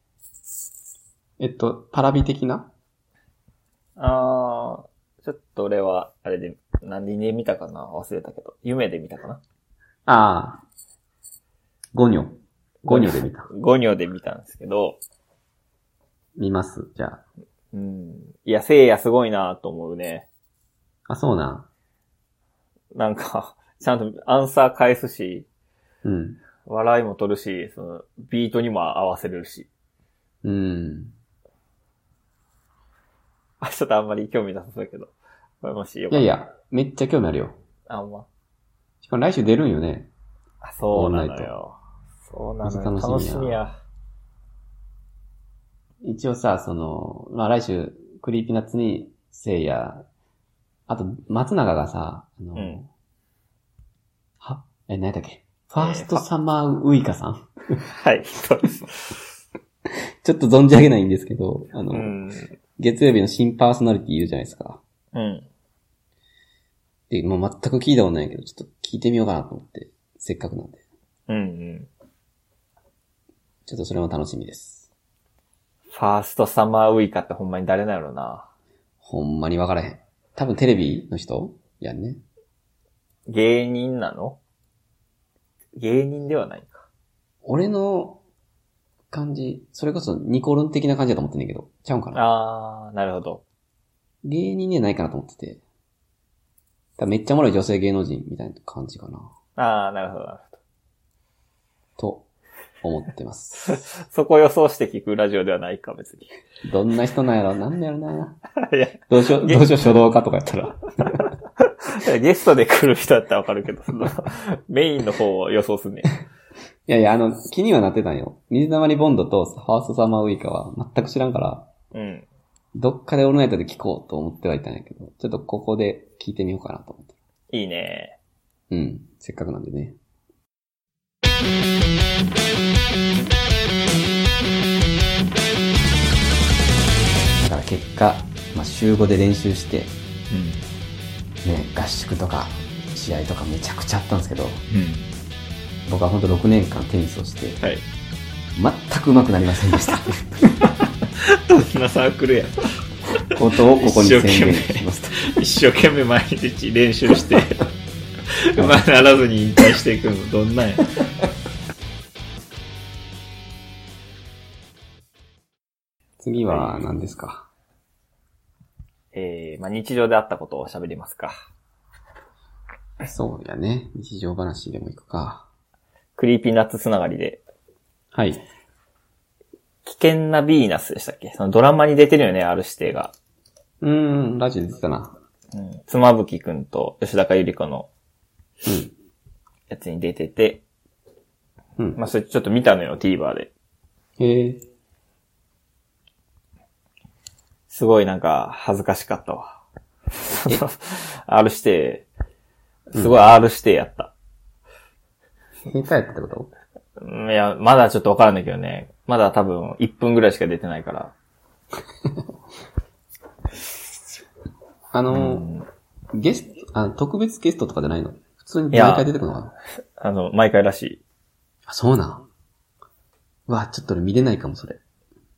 パラビ的な？ ちょっと俺は、あれで、何で見たかな忘れたけど。夢で見たかな。 ゴニョで見た。 ゴニョで見たんですけど。 見ます、じゃあ。 いや、せいやすごいなと思うね。 あ、そうな。 なんか、ちゃんとアンサー返すし。 うん。 笑いも取るし、ビートにも合わせれるし。ちょっとあんまり興味なさそうだけど。もしよかったら。 いやいや、めっちゃ興味あるよ。 ほんま。 しかも来週出るんよね。 そうなのよ。そうなのよ。楽しみや。 一応さ、来週、クリーピーナッツに、せいや、あと、松永がさ、何やったっけ？ファーストサマーウイカさんはい、そうです。 ちょっと存じ上げないんですけど、月曜日の新パーソナリティいるじゃないですか。で、もう全く聞いたことないけど、ちょっと聞いてみようかなと思って、せっかくなんで。ちょっとそれも楽しみです。 ファーストサマーウイカってほんまに誰なんやろな。 ほんまに分からへん。多分テレビの人やんね。 芸人なの？芸人ではないか。 俺の感じ、それこそニコルン的な感じだと思ってんねんけど、ちゃうんかな。 なるほど。 芸人にはないかなと思ってて。めっちゃおもろい女性芸能人みたいな感じかな。 なるほど、なるほど。 と、思ってます。 そこ予想して聞くラジオではないか、別に。 どんな人なんやろ？なんだやろな。 いやどうしよう、書道家とかやったら。 ゲストで来る人だったらわかるけど、メインの方を予想すんねん。 いやいや、気にはなってたんよ。水溜りボンドとファーストサマーウイカは全く知らんから、どっかでオールナイトで聞こうと思ってはいたんやけど、ちょっとここで聞いてみようかなと思って。 いいね。 せっかくなんでね。だから結果、週5で練習して、合宿とか試合とかめちゃくちゃあったんですけど、 僕は本当6年間テニスをして、 はい。 全く上手くなりませんでした。 どんなサークルや。 ことをここに宣言しますと。 一生懸命毎日練習して、上手くならずに引退していくの、どんなんや。 次は何ですか？ 日常であったことを喋りますか。 そうやね。日常話でもいくか。 クリーピーナッツつながりで。 はい。 危険なヴィーナスでしたっけ？そのドラマに出てるよね、R指定が。 ラジオ出てたな。 妻夫木くんと吉高由里子の、やつに出てて、まあ、それちょっと見たのよ、TVer で。 へえ。 すごいなんか、恥ずかしかったわ。R 指定、すごい R 指定やった。 下手やったってこと？ いや、まだちょっとわからないけどね。まだ多分1分ぐらいしか出てないから。 ゲスト、特別ゲストとかじゃないの？普通に毎回出てくるのかな？毎回らしい。 あ、そうなん。うわ、ちょっと俺見れないかも、それ。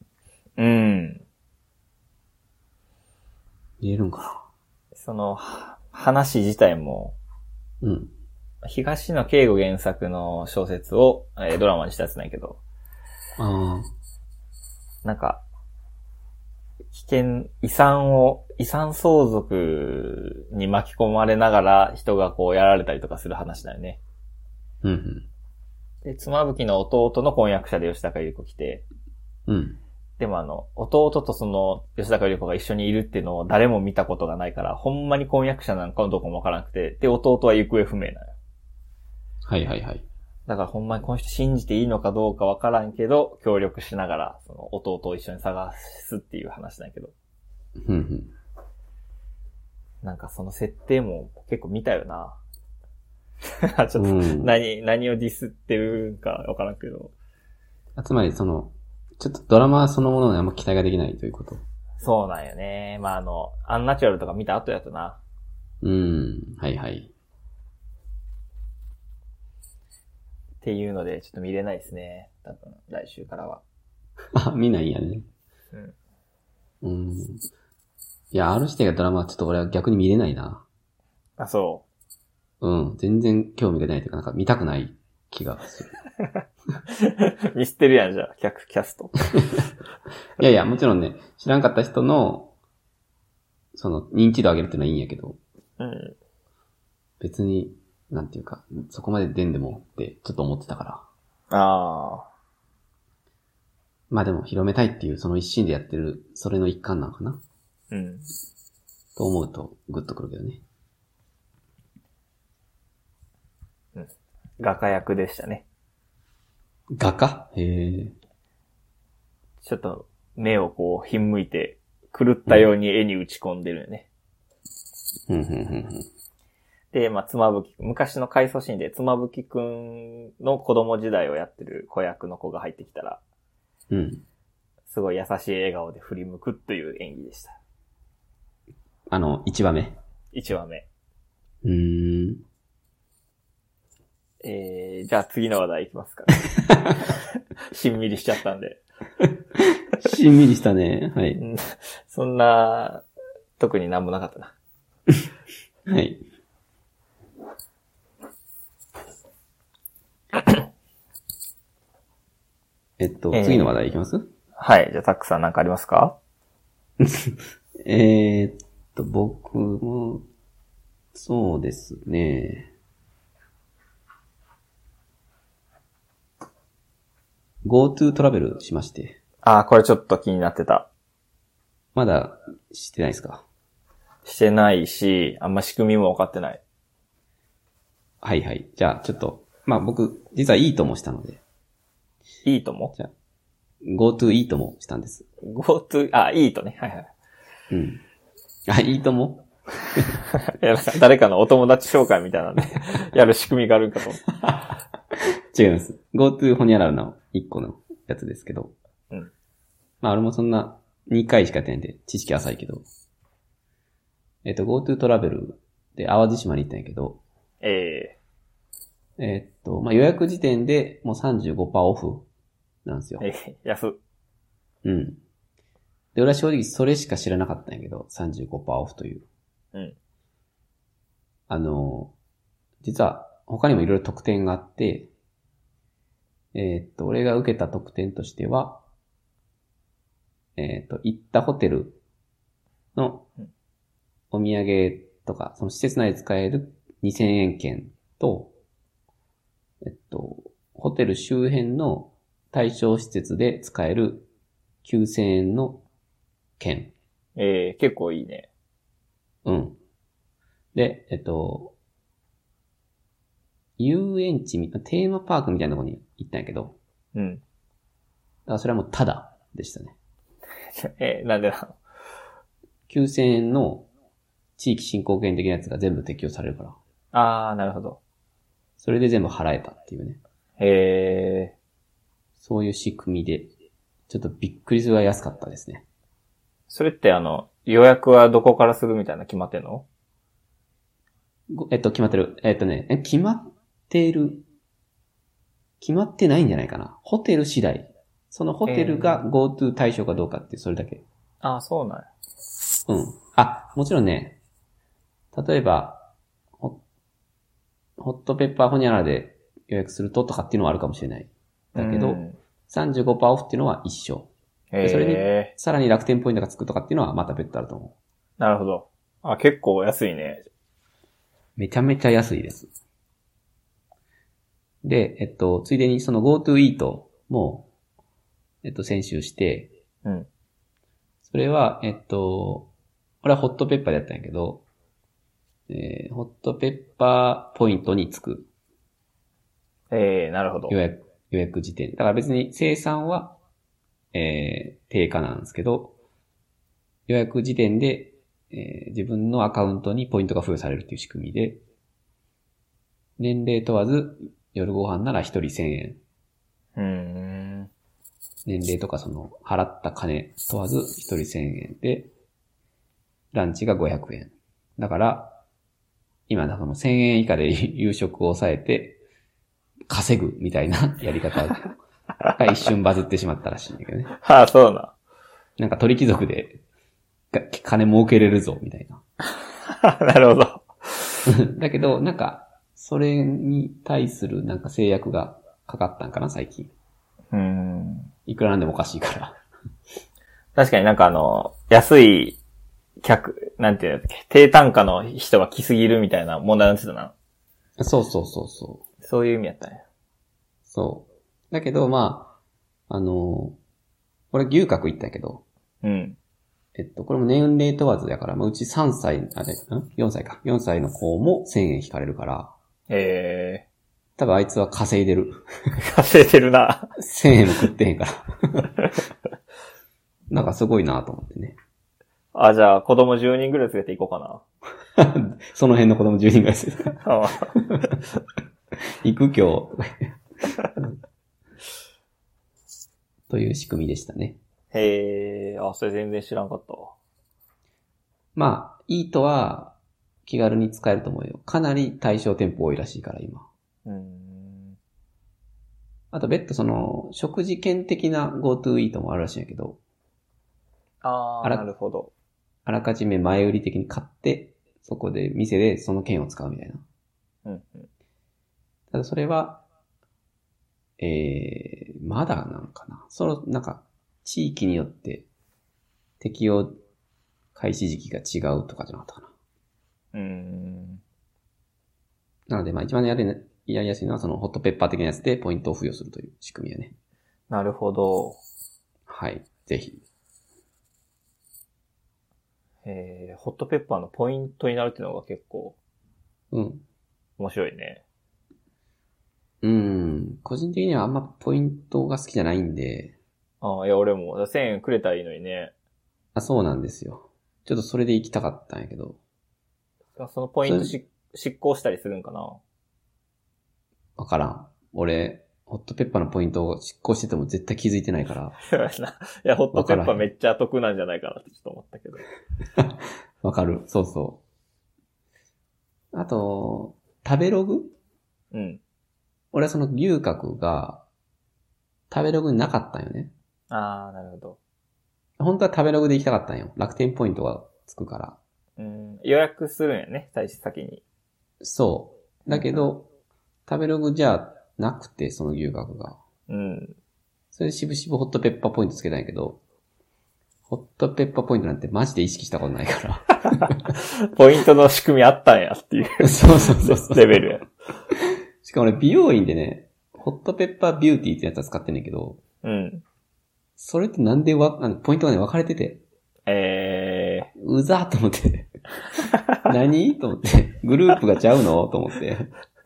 見れるんかな。その、話自体も、東野圭吾原作の小説を、ドラマにしたやつなんやけど。なんか、遺産相続に巻き込まれながら人がこうやられたりとかする話だよね。で、妻夫木の弟の婚約者で吉高由里子来て、でも弟とその吉高由里子が一緒にいるっていうのを誰も見たことがないから、ほんまに婚約者なんかのどこもわからなくて、で、弟は行方不明なのよ。 はいはいはい。 だからほんまにこの人信じていいのかどうかわからんけど、協力しながら、その弟を一緒に探すっていう話だけど。なんかその設定も結構見たよな。ちょっと、何をディスってるんかわからんけど。 つまりちょっとドラマそのものにあんま期待ができないということ。 そうなんよね。まあアンナチュラルとか見た後やとな。 はいはい。 っていうので、ちょっと見れないですね。多分、来週からは。 あ、見ないんやね。いや、R指定がドラマはちょっと俺は逆に見れないな。 あ、そう。 全然興味がないというか、なんか見たくない気がする。 ミスってるやん、じゃあ、キャスト。 いやいや、もちろんね、知らんかった人の、その、認知度上げるっていうのはいいんやけど、別に、なんていうか、そこまで出んでもってちょっと思ってたから。まあでも広めたいっていうその一心でやってる、それの一環なのかな。と思うとグッとくるけどね。 画家役でしたね。 画家？へえ。 ちょっと目をこうひんむいて狂ったように絵に打ち込んでるよね。で、まあ、妻夫木くん、昔の回想シーンで妻夫木くんの子供時代をやってる子役の子が入ってきたら、すごい優しい笑顔で振り向くという演技でした。 1話目。 1話目。じゃあ次の話題いきますか。しんみりしちゃったんで。 しんみりしたね。はい。 そんな、特になんもなかったな。 はい。次の話題いきます？ はい。じゃあタックさんなんかありますか？ 僕も、そうですね。GoTo トラベルしまして。 これちょっと気になってた。 まだしてないですか？ してないし、あんま仕組みも分かってない。 はいはい。じゃあちょっと、まあ僕、実はいいともしたので。 いいとも？ じゃあ、GoTo いいともしたんです。 GoTo、いいとね。はいはい。 いいともいや、誰かのお友達紹介みたいなんで、やる仕組みがあるんかと。 違います。GoTo ホニャララの1個のやつですけど。まあ俺もそんな2回しかやってないんで、知識浅いけど。GoTo トラベルで淡路島に行ったんやけど。 まあ、予約時点でもう 35% オフなんですよ。 安っ。 うん。で、俺は正直それしか知らなかったんやけど、35% オフという。 うん。 実は他にもいろいろ特典があって、俺が受けた特典としては、行ったホテルのお土産とか、その施設内で使える2000円券と、ホテル周辺の対象施設で使える9000円の券。 結構いいね。 うん。で、遊園地テーマパークみたいなとこに行ったんやけど。 うん。 だからそれはもうタダでしたね。 なんでなの？ 9000円の地域振興券的なやつが全部適用されるから。 なるほど。 それで全部払えたっていうね。そういう仕組みで、ちょっとびっくりするぐらい安かったですね。 それって予約はどこからするみたいな決まってんの？ 決まってる。決まってないんじゃないかな。ホテル次第。そのホテルが GoTo 対象かどうかってそれだけ。 そうなんや。 うん。もちろんね、例えば、ホットペッパーホニャララで予約するととかっていうのはあるかもしれない。だけど、35% オフっていうのは一緒。それに、さらに楽天ポイントがつくとかっていうのはまた別途あると思う。 なるほど。結構安いね。 めちゃめちゃ安いです。で、ついでにその GoTo Eat も、先週して、 うん。 それは、俺はホットペッパーでやったんやけど、ホットペッパーポイントにつく。 なるほど。 予約時点。だから別に生産は、定価なんですけど、予約時点で、自分のアカウントにポイントが付与されるっていう仕組みで、年齢問わず夜ご飯なら1人1000円。年齢とかその払った金問わず1人1000円で、ランチが500円。だから、今その1000円以下で夕食を抑えて、稼ぐみたいなやり方が一瞬バズってしまったらしいんだけどね。 そうな。 なんか鳥貴族で金儲けれるぞみたいな。 なるほど。 だけど、なんか、それに対するなんか制約がかかったんかな、最近。いくらなんでもおかしいから。 確かになんか安いなんていうんだっけ、低単価の人が来すぎるみたいな問題になってたな。 そう。 そういう意味やったね。 そう。だけど、まあ、俺牛角行ったんやけど。 うん。 これも年齢問わずやから、まあ、うち3歳、4歳か。4歳の子も1000円引かれるから。多分あいつは稼いでる。 稼いでるな。 1000円も食ってへんから。なんかすごいなと思ってね。 じゃあ子供10人ぐらい連れて行こうかな。その辺の子供10人ぐらい連れて。行く今日。という仕組みでしたね。 それ全然知らんかったわ。 まあ、イートは気軽に使えると思うよ。かなり対象店舗多いらしいから、今。あと別途その、食事券的な GoTo イートもあるらしいんやけど。 なるほど。 あらかじめ前売り的に買って、そこで、店でその券を使うみたいな。ただそれは、まだなんかな。なんか、地域によって適用開始時期が違うとかじゃなかったかな。なので、まあ一番やりやすいのはそのホットペッパー的なやつでポイントを付与するという仕組みやね。 なるほど。 はい、ぜひ。 ホットペッパーのポイントになるっていうのが結構、面白いね。 個人的にはあんまポイントが好きじゃないんで。 いや、俺も1000円くれたらいいのにね。 そうなんですよ。ちょっとそれで行きたかったんやけど。 そのポイント執行したりするんかな？ わからん。俺、ホットペッパーのポイントを執行してても絶対気づいてないから。 いや、ホットペッパーめっちゃ得なんじゃないかなってちょっと思ったけど。 わかる。そう。あと、食べログ俺はその牛角が食べログになかったんよね。 ああ、なるほど。 本当は食べログで行きたかったんよ。楽天ポイントがつくから。 予約するんやね、最初先に。 そう。だけど、食べログじゃなくて、その牛角が。 うん。 それで渋々ホットペッパーポイントつけたんやけど、ホットペッパーポイントなんてマジで意識したことないから。 ポイントの仕組みあったんやっていう。 そう。 レベルや。 しかも俺美容院でね、ホットペッパービューティーってやつは使ってんねんけど、 うん。 それってなんでポイントがね、分かれてて。うざーと思って。何と思って。グループがちゃうのと思って。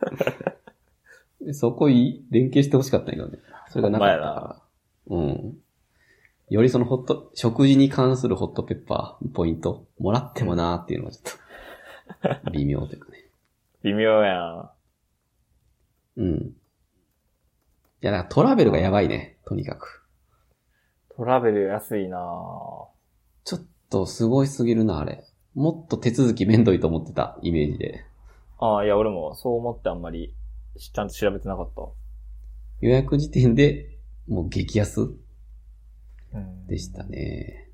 そこ連携してほしかったんやけどね。それがなかったから。うん。よりその食事に関するホットペッパーポイントもらってもなーっていうのがちょっと、微妙というかね。 微妙やん。 うん。いや、だからトラベルがやばいね。とにかく。 トラベル安いなぁ。 ちょっとすごいすぎるな、あれ。もっと手続きめんどいと思ってたイメージで。 ああ、いや、俺もそう思ってあんまり、ちゃんと調べてなかった。 予約時点でもう激安でしたね。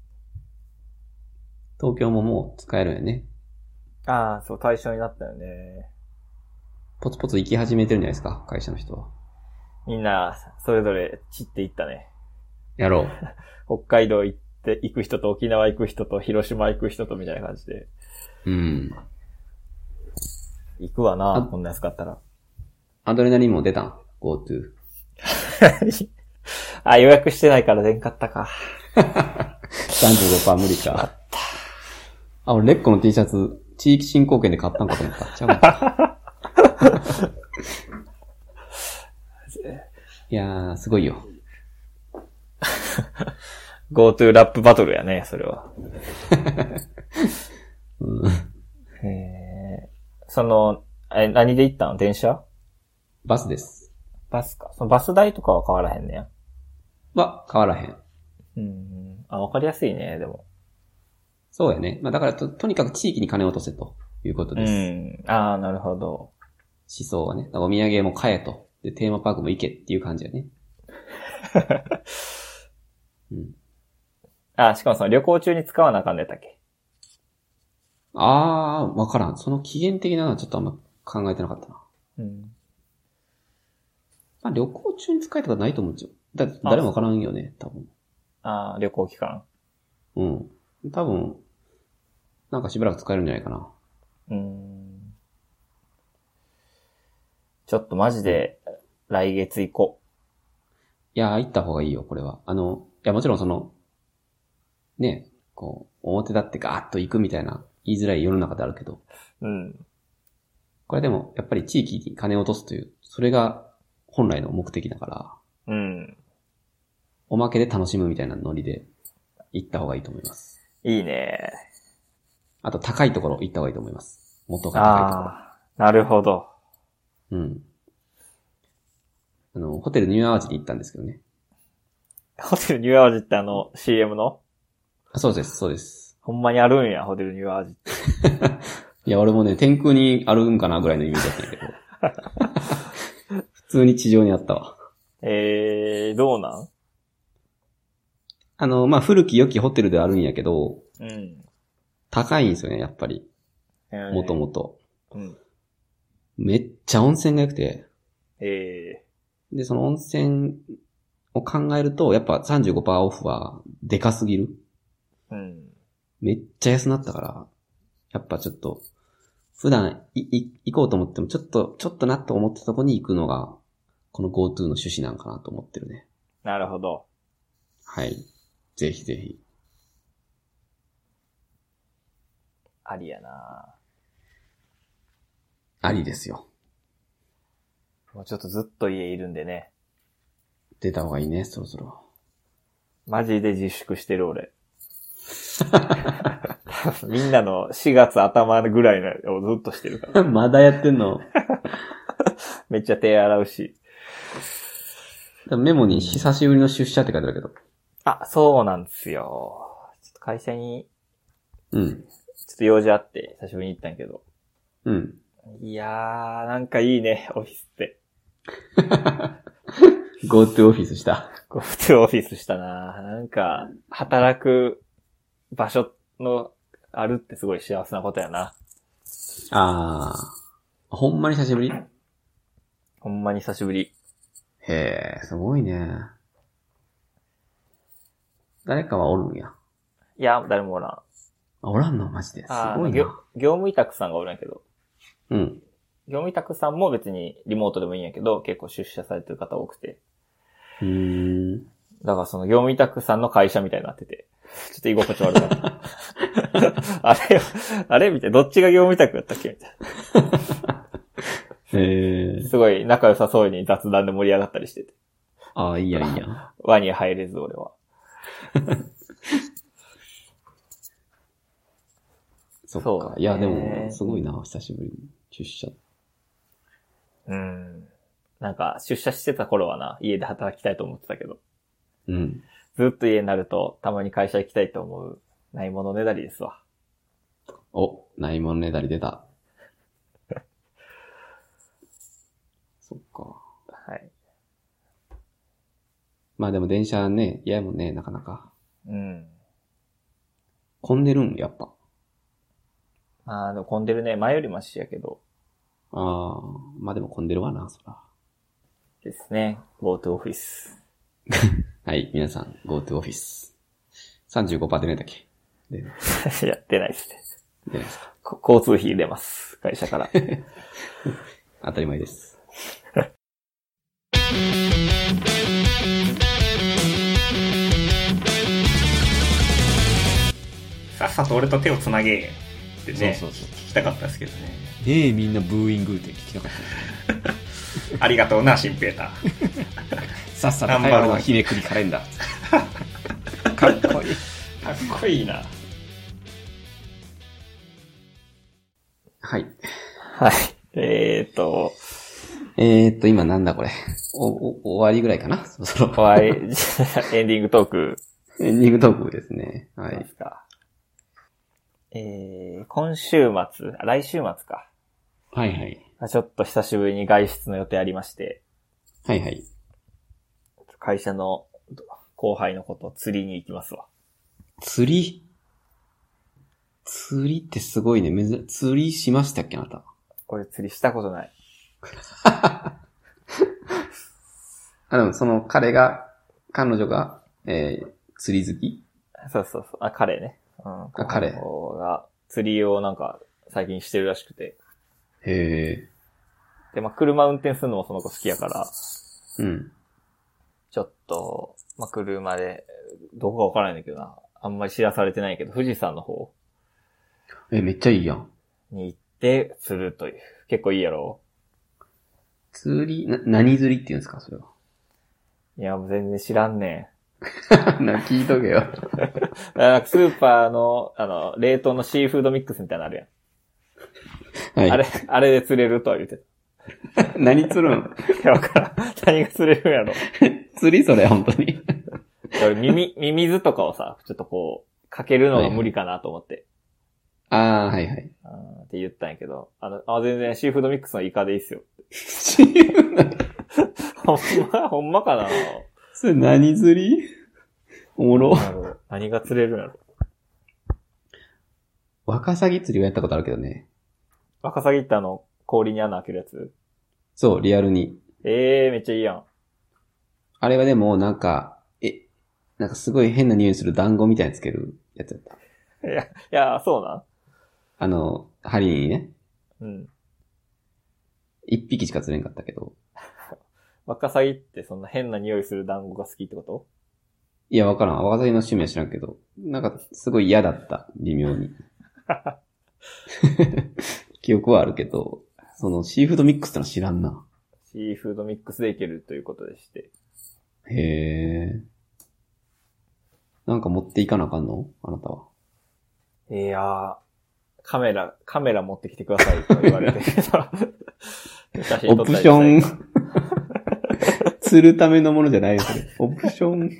東京ももう使えるよね。 ああ、そう、対象になったよね。 ポツポツ行き始めてるんじゃないですか、会社の人は。 みんな、それぞれ散っていったね。 やろう。北海道行く人と沖縄行く人と広島行く人とみたいな感じで。 うん。 行くわな、こんな安かったら。 アドレナリンも出たん ?GoTo。 あ、予約してないから出んかったか。 35% 無理か。あ、俺レッコの T シャツ、地域振興券で買ったんかと思った。ちゃうか。いやー、すごいよ。 GoTo ラップバトルやね、それは。 うん、 何で行ったの？電車？ バスです。 バスか。そのバス代とかは変わらへんねや。 変わらへん。 わかりやすいね、でも。 そうやね。だからとにかく地域に金を落とせということです。 ああ、なるほど。 思想はね。お土産も買えと。で、テーマパークも行けっていう感じやね。 うん。あ、しかもその旅行中に使わなあかんねたっけ？ わからん。その期限的なのはちょっとあんま考えてなかったな。旅行中に使えたことないと思うんですよ。誰もわからんよね、多分。 旅行期間。 うん。多分、なんかしばらく使えるんじゃないかな。 ちょっとマジで、来月行こう。 いや、行った方がいいよ、これは。いや、もちろんね、表立ってガーッと行くみたいな、言いづらい世の中であるけど。これでも、やっぱり地域に金を落とすという、それが本来の目的だから。おまけで楽しむみたいなノリで行った方がいいと思います。 いいね。 あと高いところ行った方がいいと思います。元が高いところ。 なるほど。 ホテルニューアワジに行ったんですけどね。 ホテルニューアワジってCM の？ そうです、そうです。 ほんまにあるんや、ホテルニューアワジって。 いや、俺もね、天空にあるんかなぐらいのイメージだったんだけど。普通に地上にあったわ。 どうなん？ 古き良きホテルであるんやけど、高いんですよね、やっぱり。もともと。めっちゃ温泉が良くて。で、その温泉を考えると、やっぱ 35% オフはでかすぎる。めっちゃ安なったから、やっぱちょっと、普段行こうと思っても、ちょっとなと思ってたとこに行くのが、この GoTo の趣旨なんかなと思ってるね。 なるほど。 はい。ぜひぜひ。 ありやな。 ありですよ。 もうちょっとずっと家いるんでね。 出た方がいいね、そろそろ。 マジで自粛してる俺。みんなの4月頭ぐらいのをずっとしてるから。 まだやってんの？ めっちゃ手洗うし。 メモに久しぶりの出社って書いてあるけど。 あ、そうなんですよ。ちょっと会社に、 ちょっと用事あって久しぶりに行ったんやけど。 うん。 いやー、なんかいいね、オフィスって。 GoTo オフィスした。 GoTo オフィスしたな。なんか、働く場所のあるってすごい幸せなことやな。 ああ。ほんまに久しぶり？ ほんまに久しぶり。 へえ、すごいね。誰かはおるんや。 いや、誰もおらん。あ、 おらんのマジで。すごいな。 業務委託さんがおるんやけど。 うん。 業務委託さんも別にリモートでもいいんやけど、結構出社されてる方多くて。だからその業務委託さんの会社みたいになってて、ちょっと居心地悪かった。あれみたいな。どっちが業務委託やったっけみたいな。すごい仲良さそうに雑談で盛り上がったりしてて。 ああ、いいやいいや。 輪に入れず俺は。 そっか。いや、でも、すごいな、久しぶりに出社。 なんか、出社してた頃はな、家で働きたいと思ってたけど。 うん。 ずっと家になると、たまに会社行きたいと思う、ないものねだりですわ。 お、ないものねだり出た。そっか。 はい。 まあでも電車ね、嫌やもんね、なかなか。 うん。 混んでるん、やっぱ。 まあ、でも混んでるね。前よりマシやけど。 ああ、まあでも混んでるわな、そら。 ですね。GoTo オフィス。 はい、皆さん、GoTo オフィス。35% 出ないだっけ？ やってないですね。 出ないですか。 交通費出ます。会社から。 当たり前です。 さっさと俺と手をつなげってね。そう聞きたかったですけどね。 みんなブーイングって聞きたかった、 ね。ありがとうな、シンペーター。 さっさと帰るのひねくりカレンダー。かっこいい。 かっこいいな。 はい。 はい。 今なんだこれ。終わりぐらいかな？そろそろ。 終わり。エンディングトーク。 エンディングトークですね。はい。 今週末、来週末か。 はいはい。 ちょっと久しぶりに外出の予定ありまして。 はいはい。 会社の後輩のこと釣りに行きますわ。 釣りってすごいね。釣りしましたっけあなた。 俺釣りしたことない。 でもその彼女が、釣り好き？ そうそうそう。彼ね。 彼が釣りをなんか最近してるらしくて。 へで、まあ、車運転するのもその子好きやから。 うん。 ちょっと、まあ、車で、どこかわからないんだけどな。あんまり知らされてないけど、富士山の方。 めっちゃいいやん。 に行って釣るという。結構いいやろ。 釣り、何釣りって言うんですかそれは。 いや、もう全然知らんねん。 聞いとけよ。 スーパーの、冷凍のシーフードミックスみたいなのあるやん。はい。あれで釣れるとは言ってた。何釣るの？ いや、わからん。何が釣れるんやろ。 釣りそれ、本当に。 ミミズとかをさ、ちょっとこう、かけるのが無理かなと思って。 はいはい。 って言ったんやけど、全然シーフードミックスのイカでいいっすよ。ほんまかな？ それ何釣り？おもろ。 何が釣れるんやろ。 ワカサギ釣りはやったことあるけどね。 ワカサギって氷に穴開けるやつ？ そう、リアルに。 めっちゃいいやん。 あれはでも、なんかすごい変な匂いする団子みたいにつけるやつやった。 いや、そうなん？ 針にね。 うん。 一匹しか釣れんかったけど。 ワカサギってそんな変な匂いする団子が好きってこと？ いや、わからん。ワカサギの趣味は知らんけど、なんかすごい嫌だった。微妙に。記憶はあるけど、そのシーフードミックスってのは知らんな。 シーフードミックスでいけるということでして。 へー。なんか持っていかなあかんの？あなたは。 いやカメラ持ってきてくださいと言われて。写真撮ったりしたい。 オプション。釣るためのものじゃないよ、それ。オプション。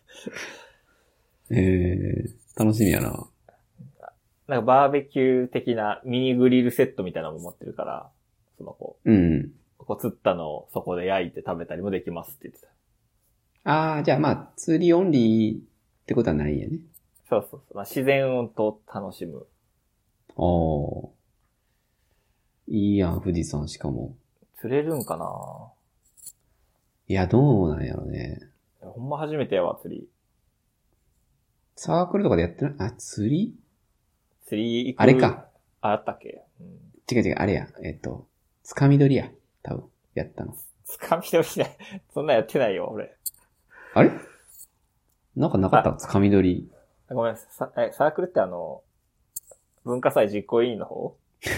楽しみやな。 なんかバーベキュー的なミニグリルセットみたいなのも持ってるから、その子。 うん。 こう釣ったのをそこで焼いて食べたりもできますって言ってた。ああ、じゃあまあ、釣りオンリーってことはないんやね。 そうそうそう。まあ、自然と楽しむ。 ああ。いいやん、富士山しかも。 釣れるんかないや、どうなんやろね。 ほんま初めてやわ、釣り。 サークルとかでやってない？あ、釣り行く。 あれか。 あったっけ、うん、 違う、あれや。つかみ取りや。多分、やったの。 つかみ取りない。そんなやってないよ、俺。 あれなんかなかったつかみ取り。 ごめん、サークルって文化祭実行委員の方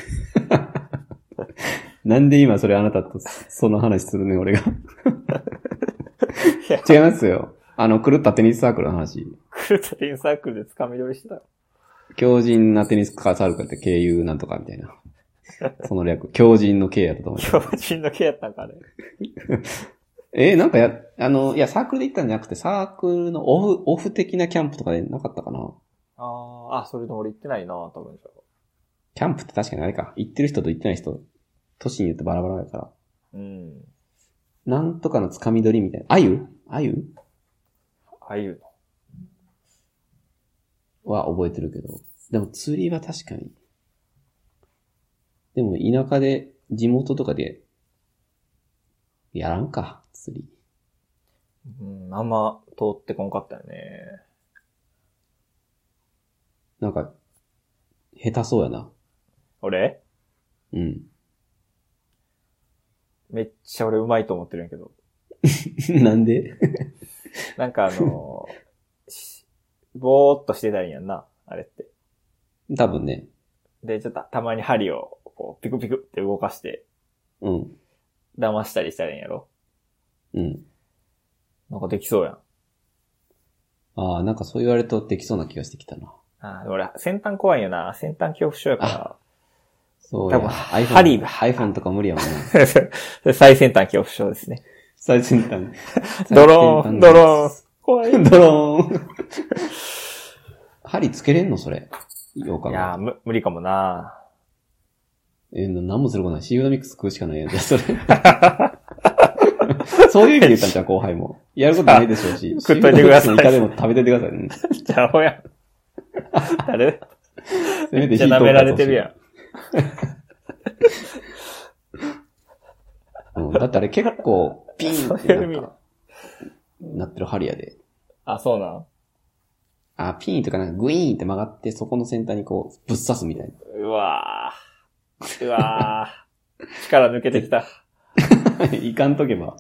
なんで今それあなたとその話するね、俺が。違いますよ。狂ったテニスサークルの話。 狂ったテニスサークルでつかみ取りしてたよ。 強靭なテニスサークルって経由なんとかみたいな。その略、強靭の経やったと思う。 強靭の経やったんか、あなれ。 んかいや、サークルで行ったんじゃなくて、サークルのオフ的なキャンプとかでなかったかな。 それでも俺行ってないな、多分じゃあ。 キャンプって確かにあれか。行ってる人と行ってない人、都市によってバラバラだから。 うん。 なんとかのつかみ取りみたいな。あゆは覚えてるけど。でも釣りは確かに。でも田舎で、地元とかで、やらんか、釣り。 あんま通ってこんかったよね。 なんか、下手そうやな。 俺？ うん。 めっちゃ俺上手いと思ってるんやけど。 なんでなんかぼーっとしてたんやんな、あれって。 多分ね。 で、ちょっとたまに針をこうピクピクって動かして、 うん。 騙したりしたらいいんやろ。 うん。 なんかできそうやん。 ああ、なんかそう言われるとできそうな気がしてきたな。 でも俺、先端怖いよな。先端恐怖症やから。 そうや。 多分、 iPhone とか無理やもんな。最先端恐怖症ですね。 最先端。 ドローン。怖い。 ドローン。針つけれんのそれ。ようかな。 いや無理かもな。 何もすることない。シーフードミックス食うしかないやん。それ。そういう意味で言ったんじゃん、後輩も。やることないでしょうし。 食っといてください。 イカでも食べていてくださいね。 じゃあ、ほや。誰？めっちゃ舐められてるやん。だってあれ結構、ピンってなってる針やで。 あ、そうなん？ ピンとかなんかグイーンって曲がって、そこの先端にこう、ぶっ刺すみたいな。 うわぁ。力抜けてきた。 いかんとけば。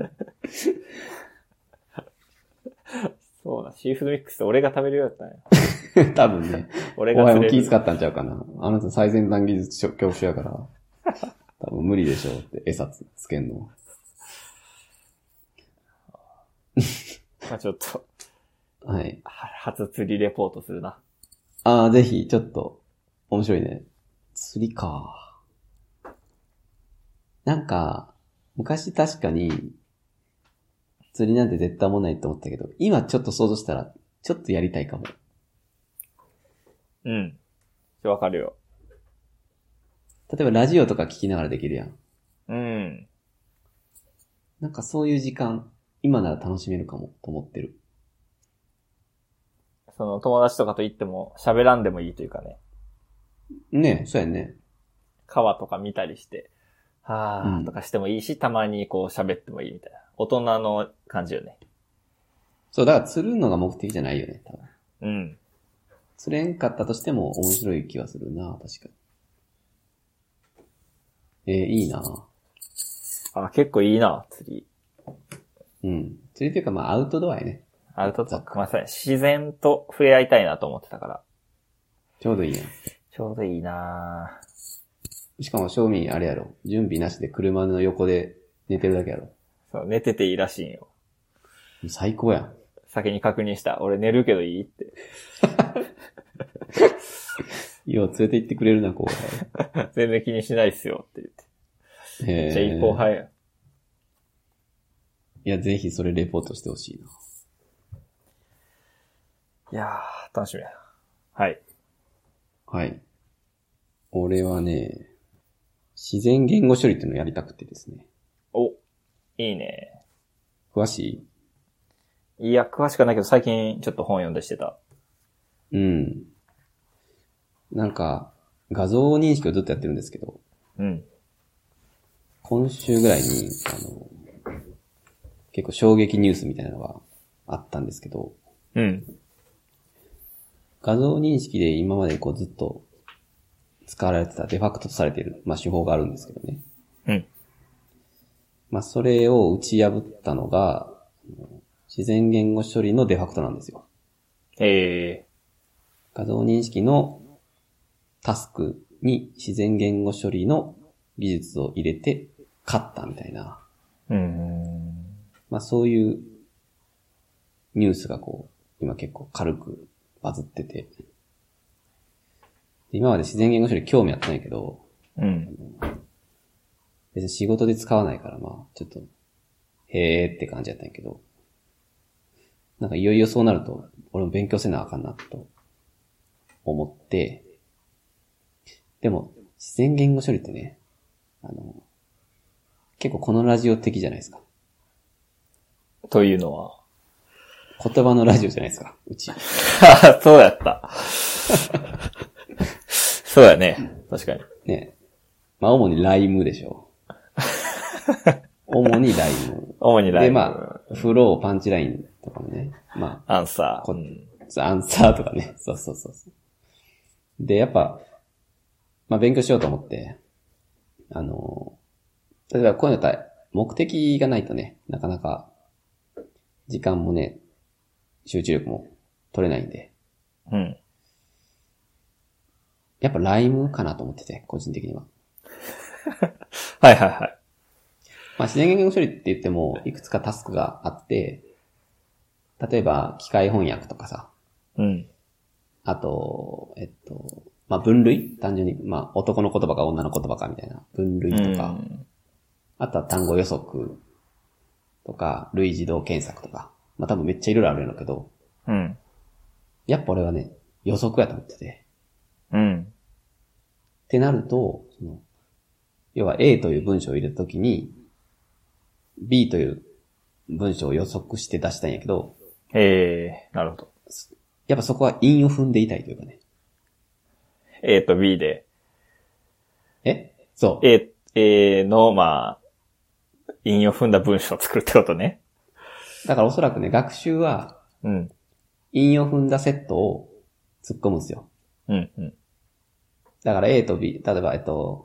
そうだ、シーフードミックスって俺が食べるようだったんや。多分ね。 俺がお前も気遣ったんちゃうかな。あなた最先端技術恐怖症やから。多分無理でしょうって餌つけんの。 まあちょっと。 はい。 初釣りレポートするな。 ぜひ、ちょっと、面白いね。釣りか。なんか、昔確かに、釣りなんて絶対もないと思ったけど、今ちょっと想像したら、ちょっとやりたいかも。 うん。わかるよ。 例えばラジオとか聞きながらできるやん。 うん。 なんかそういう時間、今なら楽しめるかも、と思ってる。 その友達とかと言っても喋らんでもいいというかね。 ねえ、そうやね。 川とか見たりして、とかしてもいいし、たまにこう喋ってもいいみたいな。大人の感じよね。 そう、だから釣るのが目的じゃないよね、多分。 うん。 釣れんかったとしても面白い気はするな、確かに。いいな。 結構いいな、釣り。 うん。釣りというか、アウトドアやね。 アウトドア。まさに自然と触れ合いたいなと思ってたから。 ちょうどいいやん。 ちょうどいいな。 しかも、正味あれやろ。準備なしで車の横で寝てるだけやろ。 そう、寝てていいらしいんよ。 最高やん。 先に確認した。俺寝るけどいいって。 よう連れて行ってくれるな、後輩。全然気にしないっすよって言って。めっちゃいい後輩や。 いや、ぜひそれレポートしてほしいな。 いやー、楽しみやな。はい。 はい。俺はね、 自然言語処理っていうのをやりたくてですね。 お、いいね。 詳しい？いや、詳しくはないけど、最近ちょっと本読んでしてた。 うん。なんか、画像認識をずっとやってるんですけど。 うん。 今週ぐらいに、結構衝撃ニュースみたいなのがあったんですけど。 うん。 画像認識で今までこうずっと使われてたデファクトとされている、手法があるんですけどね。 うん。 それを打ち破ったのが、自然言語処理のデファクトなんですよ。画像認識のタスクに自然言語処理の技術を入れて勝ったみたいな。そういうニュースが今結構軽くバズってて。今まで自然言語処理興味あったんやけど、別に仕事で使わないからちょっと、へーって感じだったんやけど、なんかいよいよそうなると、俺も勉強せなあかんなと思って、でも、自然言語処理ってね、結構このラジオ的じゃないですか。 というのは言葉のラジオじゃないですか、うち。 そうやった。そうやね。確かに。 ね。主にライムでしょ。主にライム。 主にライム。 で、フロー、パンチラインとかもね。 アンサー。 アンサーとかね。そう。で、やっぱ、勉強しようと思って、例えばこういうのだったら目的がないとね、なかなか、時間もね、集中力も取れないんで。やっぱライムかなと思ってて、個人的には。 はいはいはい。 自然言語処理って言っても、いくつかタスクがあって、例えば、機械翻訳とかさ。あと、分類単純に、男の言葉か女の言葉かみたいな分類とか。あとは単語予測とか、類似動検索とか。多分めっちゃいろいろあるんだけど。やっぱ俺はね、予測やと思ってて。ってなると、要は A という文章を入れたときに、B という文章を予測して出したいんやけど。 なるほど。 やっぱそこは韻を踏んでいたいというかね。 A と B で。 そう。 A の、韻を踏んだ文章を作るってことね。 だからおそらくね、学習は、韻を踏んだセットを突っ込むんですよ。だから A と B、例えば、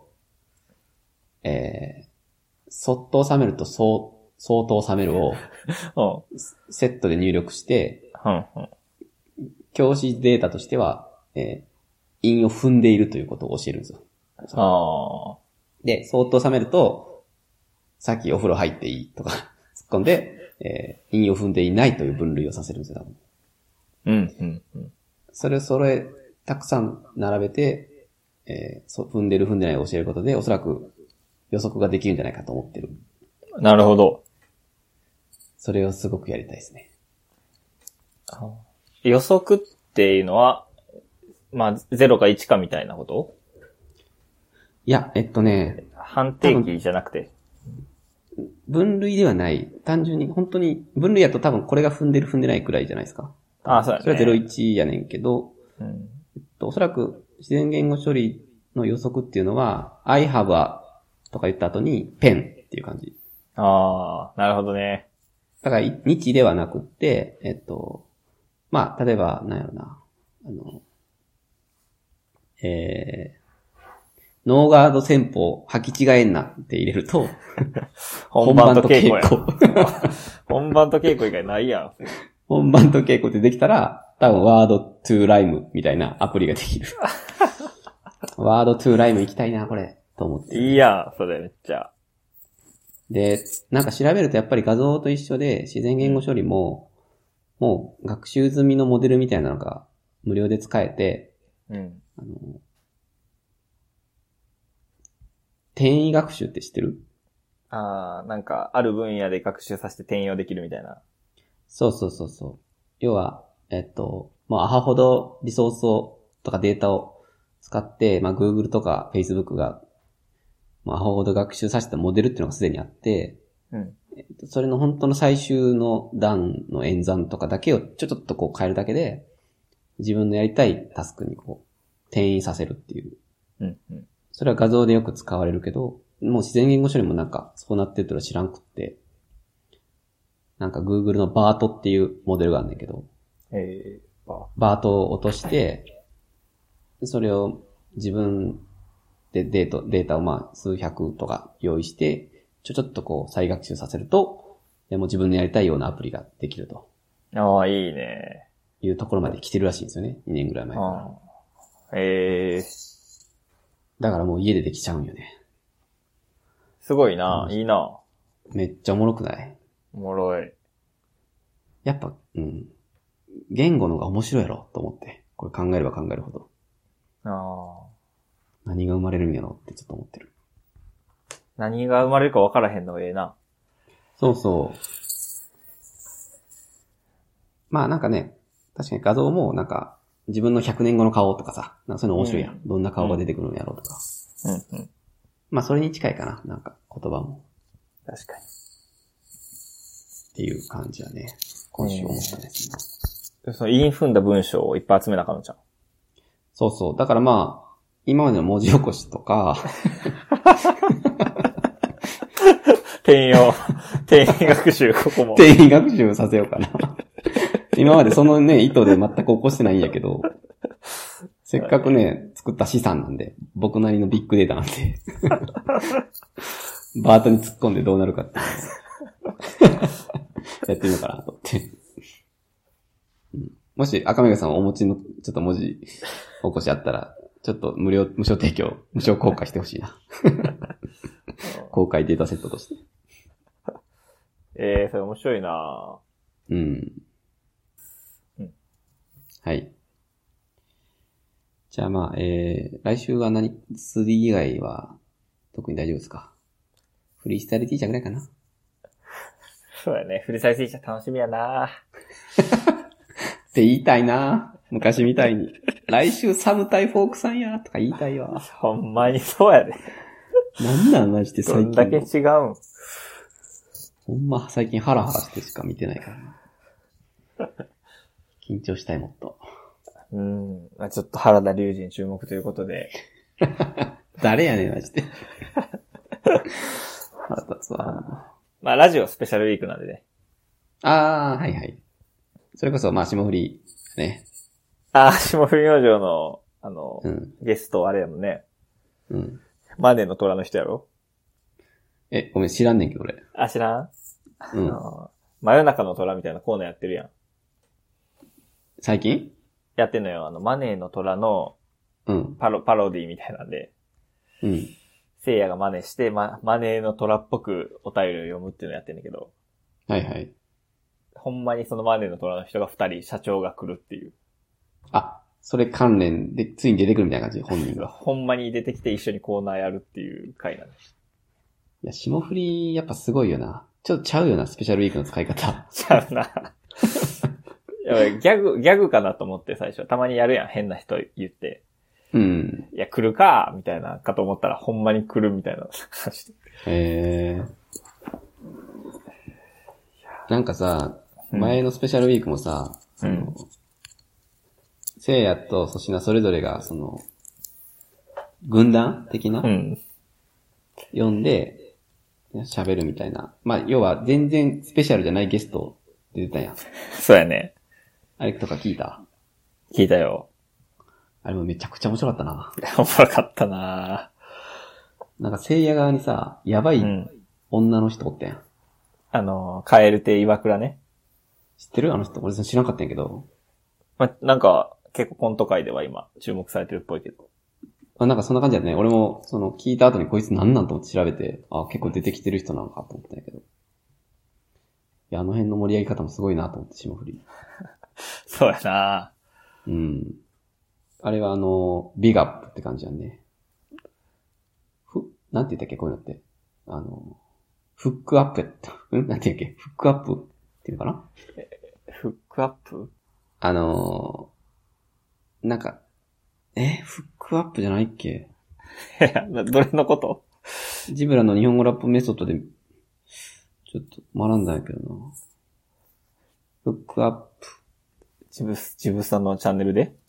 そっと収めると相当収めるをセットで入力して、教師データとしては、韻を踏んでいるということを教えるんですよ。で、相当収めると、さっきお風呂入っていいとか突っ込んで、韻を踏んでいないという分類をさせるんですよ。それを揃え、たくさん並べて、踏んでる踏んでないを教えることで、おそらく予測ができるんじゃないかと思ってる。 なるほど。 それをすごくやりたいですね。 予測っていうのは、0か1かみたいなこと？ いや、 判定器じゃなくて。 分類ではない。単純に、本当に、分類やと多分これが踏んでる踏んでないくらいじゃないですか。 そうやね。 それは01やねんけど、おそらく自然言語処理の予測っていうのは、I have a とか言った後に pen っていう感じ。 なるほどね。 だから日ではなくって、例えば、なんやろな、ノーガード戦法履き違えんなって入れると、 本番と稽古や。本番と稽古以外ないやん。 本番と稽古ってできたら、多分ワードトゥーライムみたいなアプリができる。ワードトゥーライム行きたいな、これ。と思って。 いいやん、それめっちゃ。 で、なんか調べるとやっぱり画像と一緒で自然言語処理も、もう学習済みのモデルみたいなのが無料で使えて、転移学習って知ってる？ なんかある分野で学習させて転用できるみたいな。 そう。要は、アホほどリソースをとかデータを使って、Google とか Facebook がまあ、アホほど学習させたモデルっていうのがすでにあって、 うん。 それの本当の最終の段の演算とかだけをちょっとこう変えるだけで、自分のやりたいタスクにこう、転移させるっていう。 うんうん。 それは画像でよく使われるけど、もう自然言語処理もなんかそうなってるとは知らんくって、なんか Google のバートっていうモデルがあるんだけど、バートを落として、それを自分でデータをまあ数百とか用意して、ちょっとこう再学習させると、もう自分のやりたいようなアプリができると。 ああ、いいね。 いうところまで来てるらしいんですよね。2年ぐらい前から。だからもう家でできちゃうんよね。 すごいな、いいな。 めっちゃおもろくない？ おもろい。 やっぱ、言語の方が面白いやろと思って。これ考えれば考えるほど。何が生まれるんやろってちょっと思ってる。 何が生まれるか分からへんのがええな。 そうそう。まあなんかね、確かに画像もなんか自分の100年後の顔とかさ、なんかそういうの面白いやん。どんな顔が出てくるんやろうとか。まあそれに近いかな、なんか言葉も。 確かに。 っていう感じはね、今週思ったですね。その韻踏んだ文章をいっぱい集めなあかんのじゃん。 そうそう。だからまあ、今までの文字起こしとか、 転移学習、ここも。 転移学習させようかな。今までそのね、意図で全く起こしてないんやけど、せっかくね、作った資産なんで、僕なりのビッグデータなんで、バートに突っ込んでどうなるかってやってみようかなと思って。もし赤目さんお持ちのちょっと文字起こしあったら、ちょっと無償提供、無償公開してほしいな。公開データセットとして。 それ面白いな。 はい。じゃあまあ、来週は3D 以外は特に大丈夫ですか？フリースタイルティーチャーぐらいかな？ そうやね。フリースタイルティーチャー楽しみやな。 って言いたいな。昔みたいに。来週サブタイフォークさんやとか言いたいわ。 ほんまにそうやで。 なんマジで最近。 どんだけ違うん？ ほんま最近ハラハラしてしか見てないからな。緊張したいもっと。 まあ、ちょっと原田龍二に注目ということで。 誰やねんマジで。腹立つわ。 まあラジオスペシャルウィークなんでね。 はいはい。それこそまあ霜降りね。 霜降り明星のゲストあれやもんね。マネの虎の人やろ？ ごめん知らんねんけど俺。 知らん？真夜中の虎みたいなコーナーやってるやん。 最近？ やってんのよ。マネーの虎の、パロディみたいなんで。聖夜が真似して、マネーの虎っぽくお便りを読むっていうのをやってんだけど。 はいはい。 ほんまにそのマネーの虎の人が2人、社長が来るっていう。 それ関連で、ついに出てくるみたいな感じ、本人が。 ほんまに出てきて一緒にコーナーやるっていう回なんです。 いや、霜降り、やっぱすごいよな。ちょっとちゃうよな、スペシャルウィークの使い方。 ちゃうな。やばい、ギャグかなと思って最初。たまにやるやん、変な人言って。いや、来るかみたいな、かと思ったら、ほんまに来るみたいな話で。 なんかさ、前のスペシャルウィークもさ、聖夜と粗品それぞれが、軍団的な、読んで、喋るみたいな。まあ、要は全然スペシャルじゃないゲスト出てたやん。 そうやね。 あれとか聞いた？ 聞いたよ。 あれもめちゃくちゃ面白かったな。 面白かったな。 なんか聖夜側にさ、やばい女の人おったやん。 カエル亭岩倉ね。 知ってる？あの人。俺知らなかったんやけど。 なんか、結構コント界では今、注目されてるっぽいけど。 なんかそんな感じだね。俺も、聞いた後にこいつなんと思って調べて、結構出てきてる人なのかと思ったんやけど。いや、あの辺の盛り上げ方もすごいなと思って、霜降り。 そうやな。 あれはビッグアップって感じやんね。なんて言ったっけこういうのって。フックアップなんて言うっけフックアップっていうのかな？ フックアップ？ なんか、フックアップじゃないっけ？ いや、どれのこと？ ジブラの日本語ラップメソッドで、ちょっと学んだんやけどな。フックアップ。 ジブさんのチャンネルで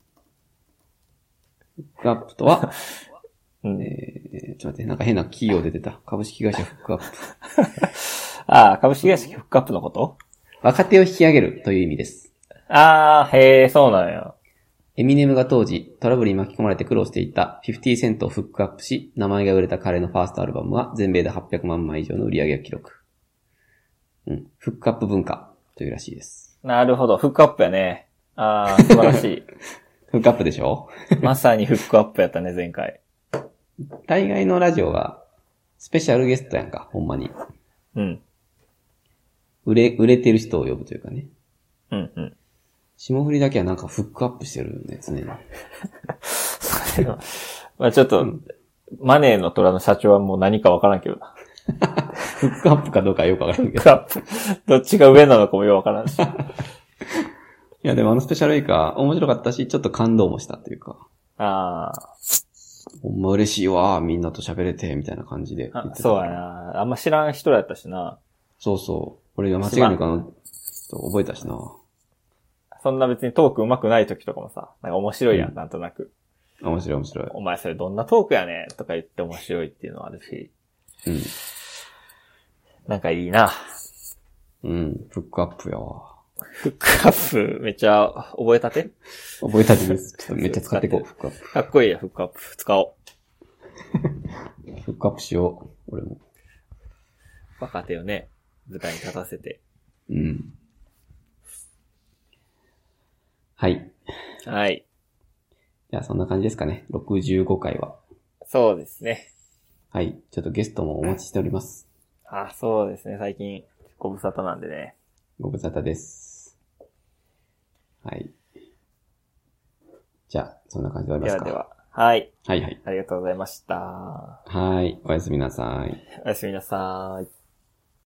フックアップとは、ちょっと待って、なんか変な企業出てた。株式会社フックアップ。 ああ、株式会社フックアップのこと？ 若手を引き上げるという意味です。 ああ、へえ、そうなんや。 エミネムが当時トラブルに巻き込まれて苦労していた50セントをフックアップし、名前が売れた彼のファーストアルバムは全米で800万枚以上の売り上げを記録。フックアップ文化というらしいです。 なるほど、フックアップやね。ああ、素晴らしい。 フックアップでしょ？ まさにフックアップやったね、前回。 大概のラジオはスペシャルゲストやんか、ほんまに。 うん。 売れてる人を呼ぶというかね。 うんうん。 霜降りだけはなんかフックアップしてるんですね。 まあちょっと、マネーの虎の社長はもう何かわからんけどな。 フックアップかどうかよくわからんけど。 フックアップ。どっちが上なのかもよくわからんし。いやでもスペシャルウィークは面白かったし、ちょっと感動もしたというか。 ああ。 ほんま嬉しいわ、みんなと喋れて、みたいな感じで言ってた。 そうやな。あんま知らん人やったしな。 そうそう。俺が間違いなく覚えたしな。 そんな別にトーク上手くない時とかもさ、なんか面白いやん、なんとなく。 面白い。 お前それどんなトークやねんとか言って面白いっていうのはあるし。なんかいいな。 フックアップやわ。 フックアップ、めっちゃ覚えたてです。ちょっとめっちゃ使っていこう、フックアップ。 かっこいいや、フックアップ。使おう。フックアップしよう、俺も。 若手をね、舞台に立たせて。 はい。 はい。 じゃあそんな感じですかね。65回は。 そうですね。 はい。ちょっとゲストもお待ちしております。 あ、そうですね。最近、ご無沙汰なんでね。 ご無沙汰です。はい。じゃあ、そんな感じで終わりますか。 では。はい。 はい。 ありがとうございました。 はい。おやすみなさい。 おやすみなさい。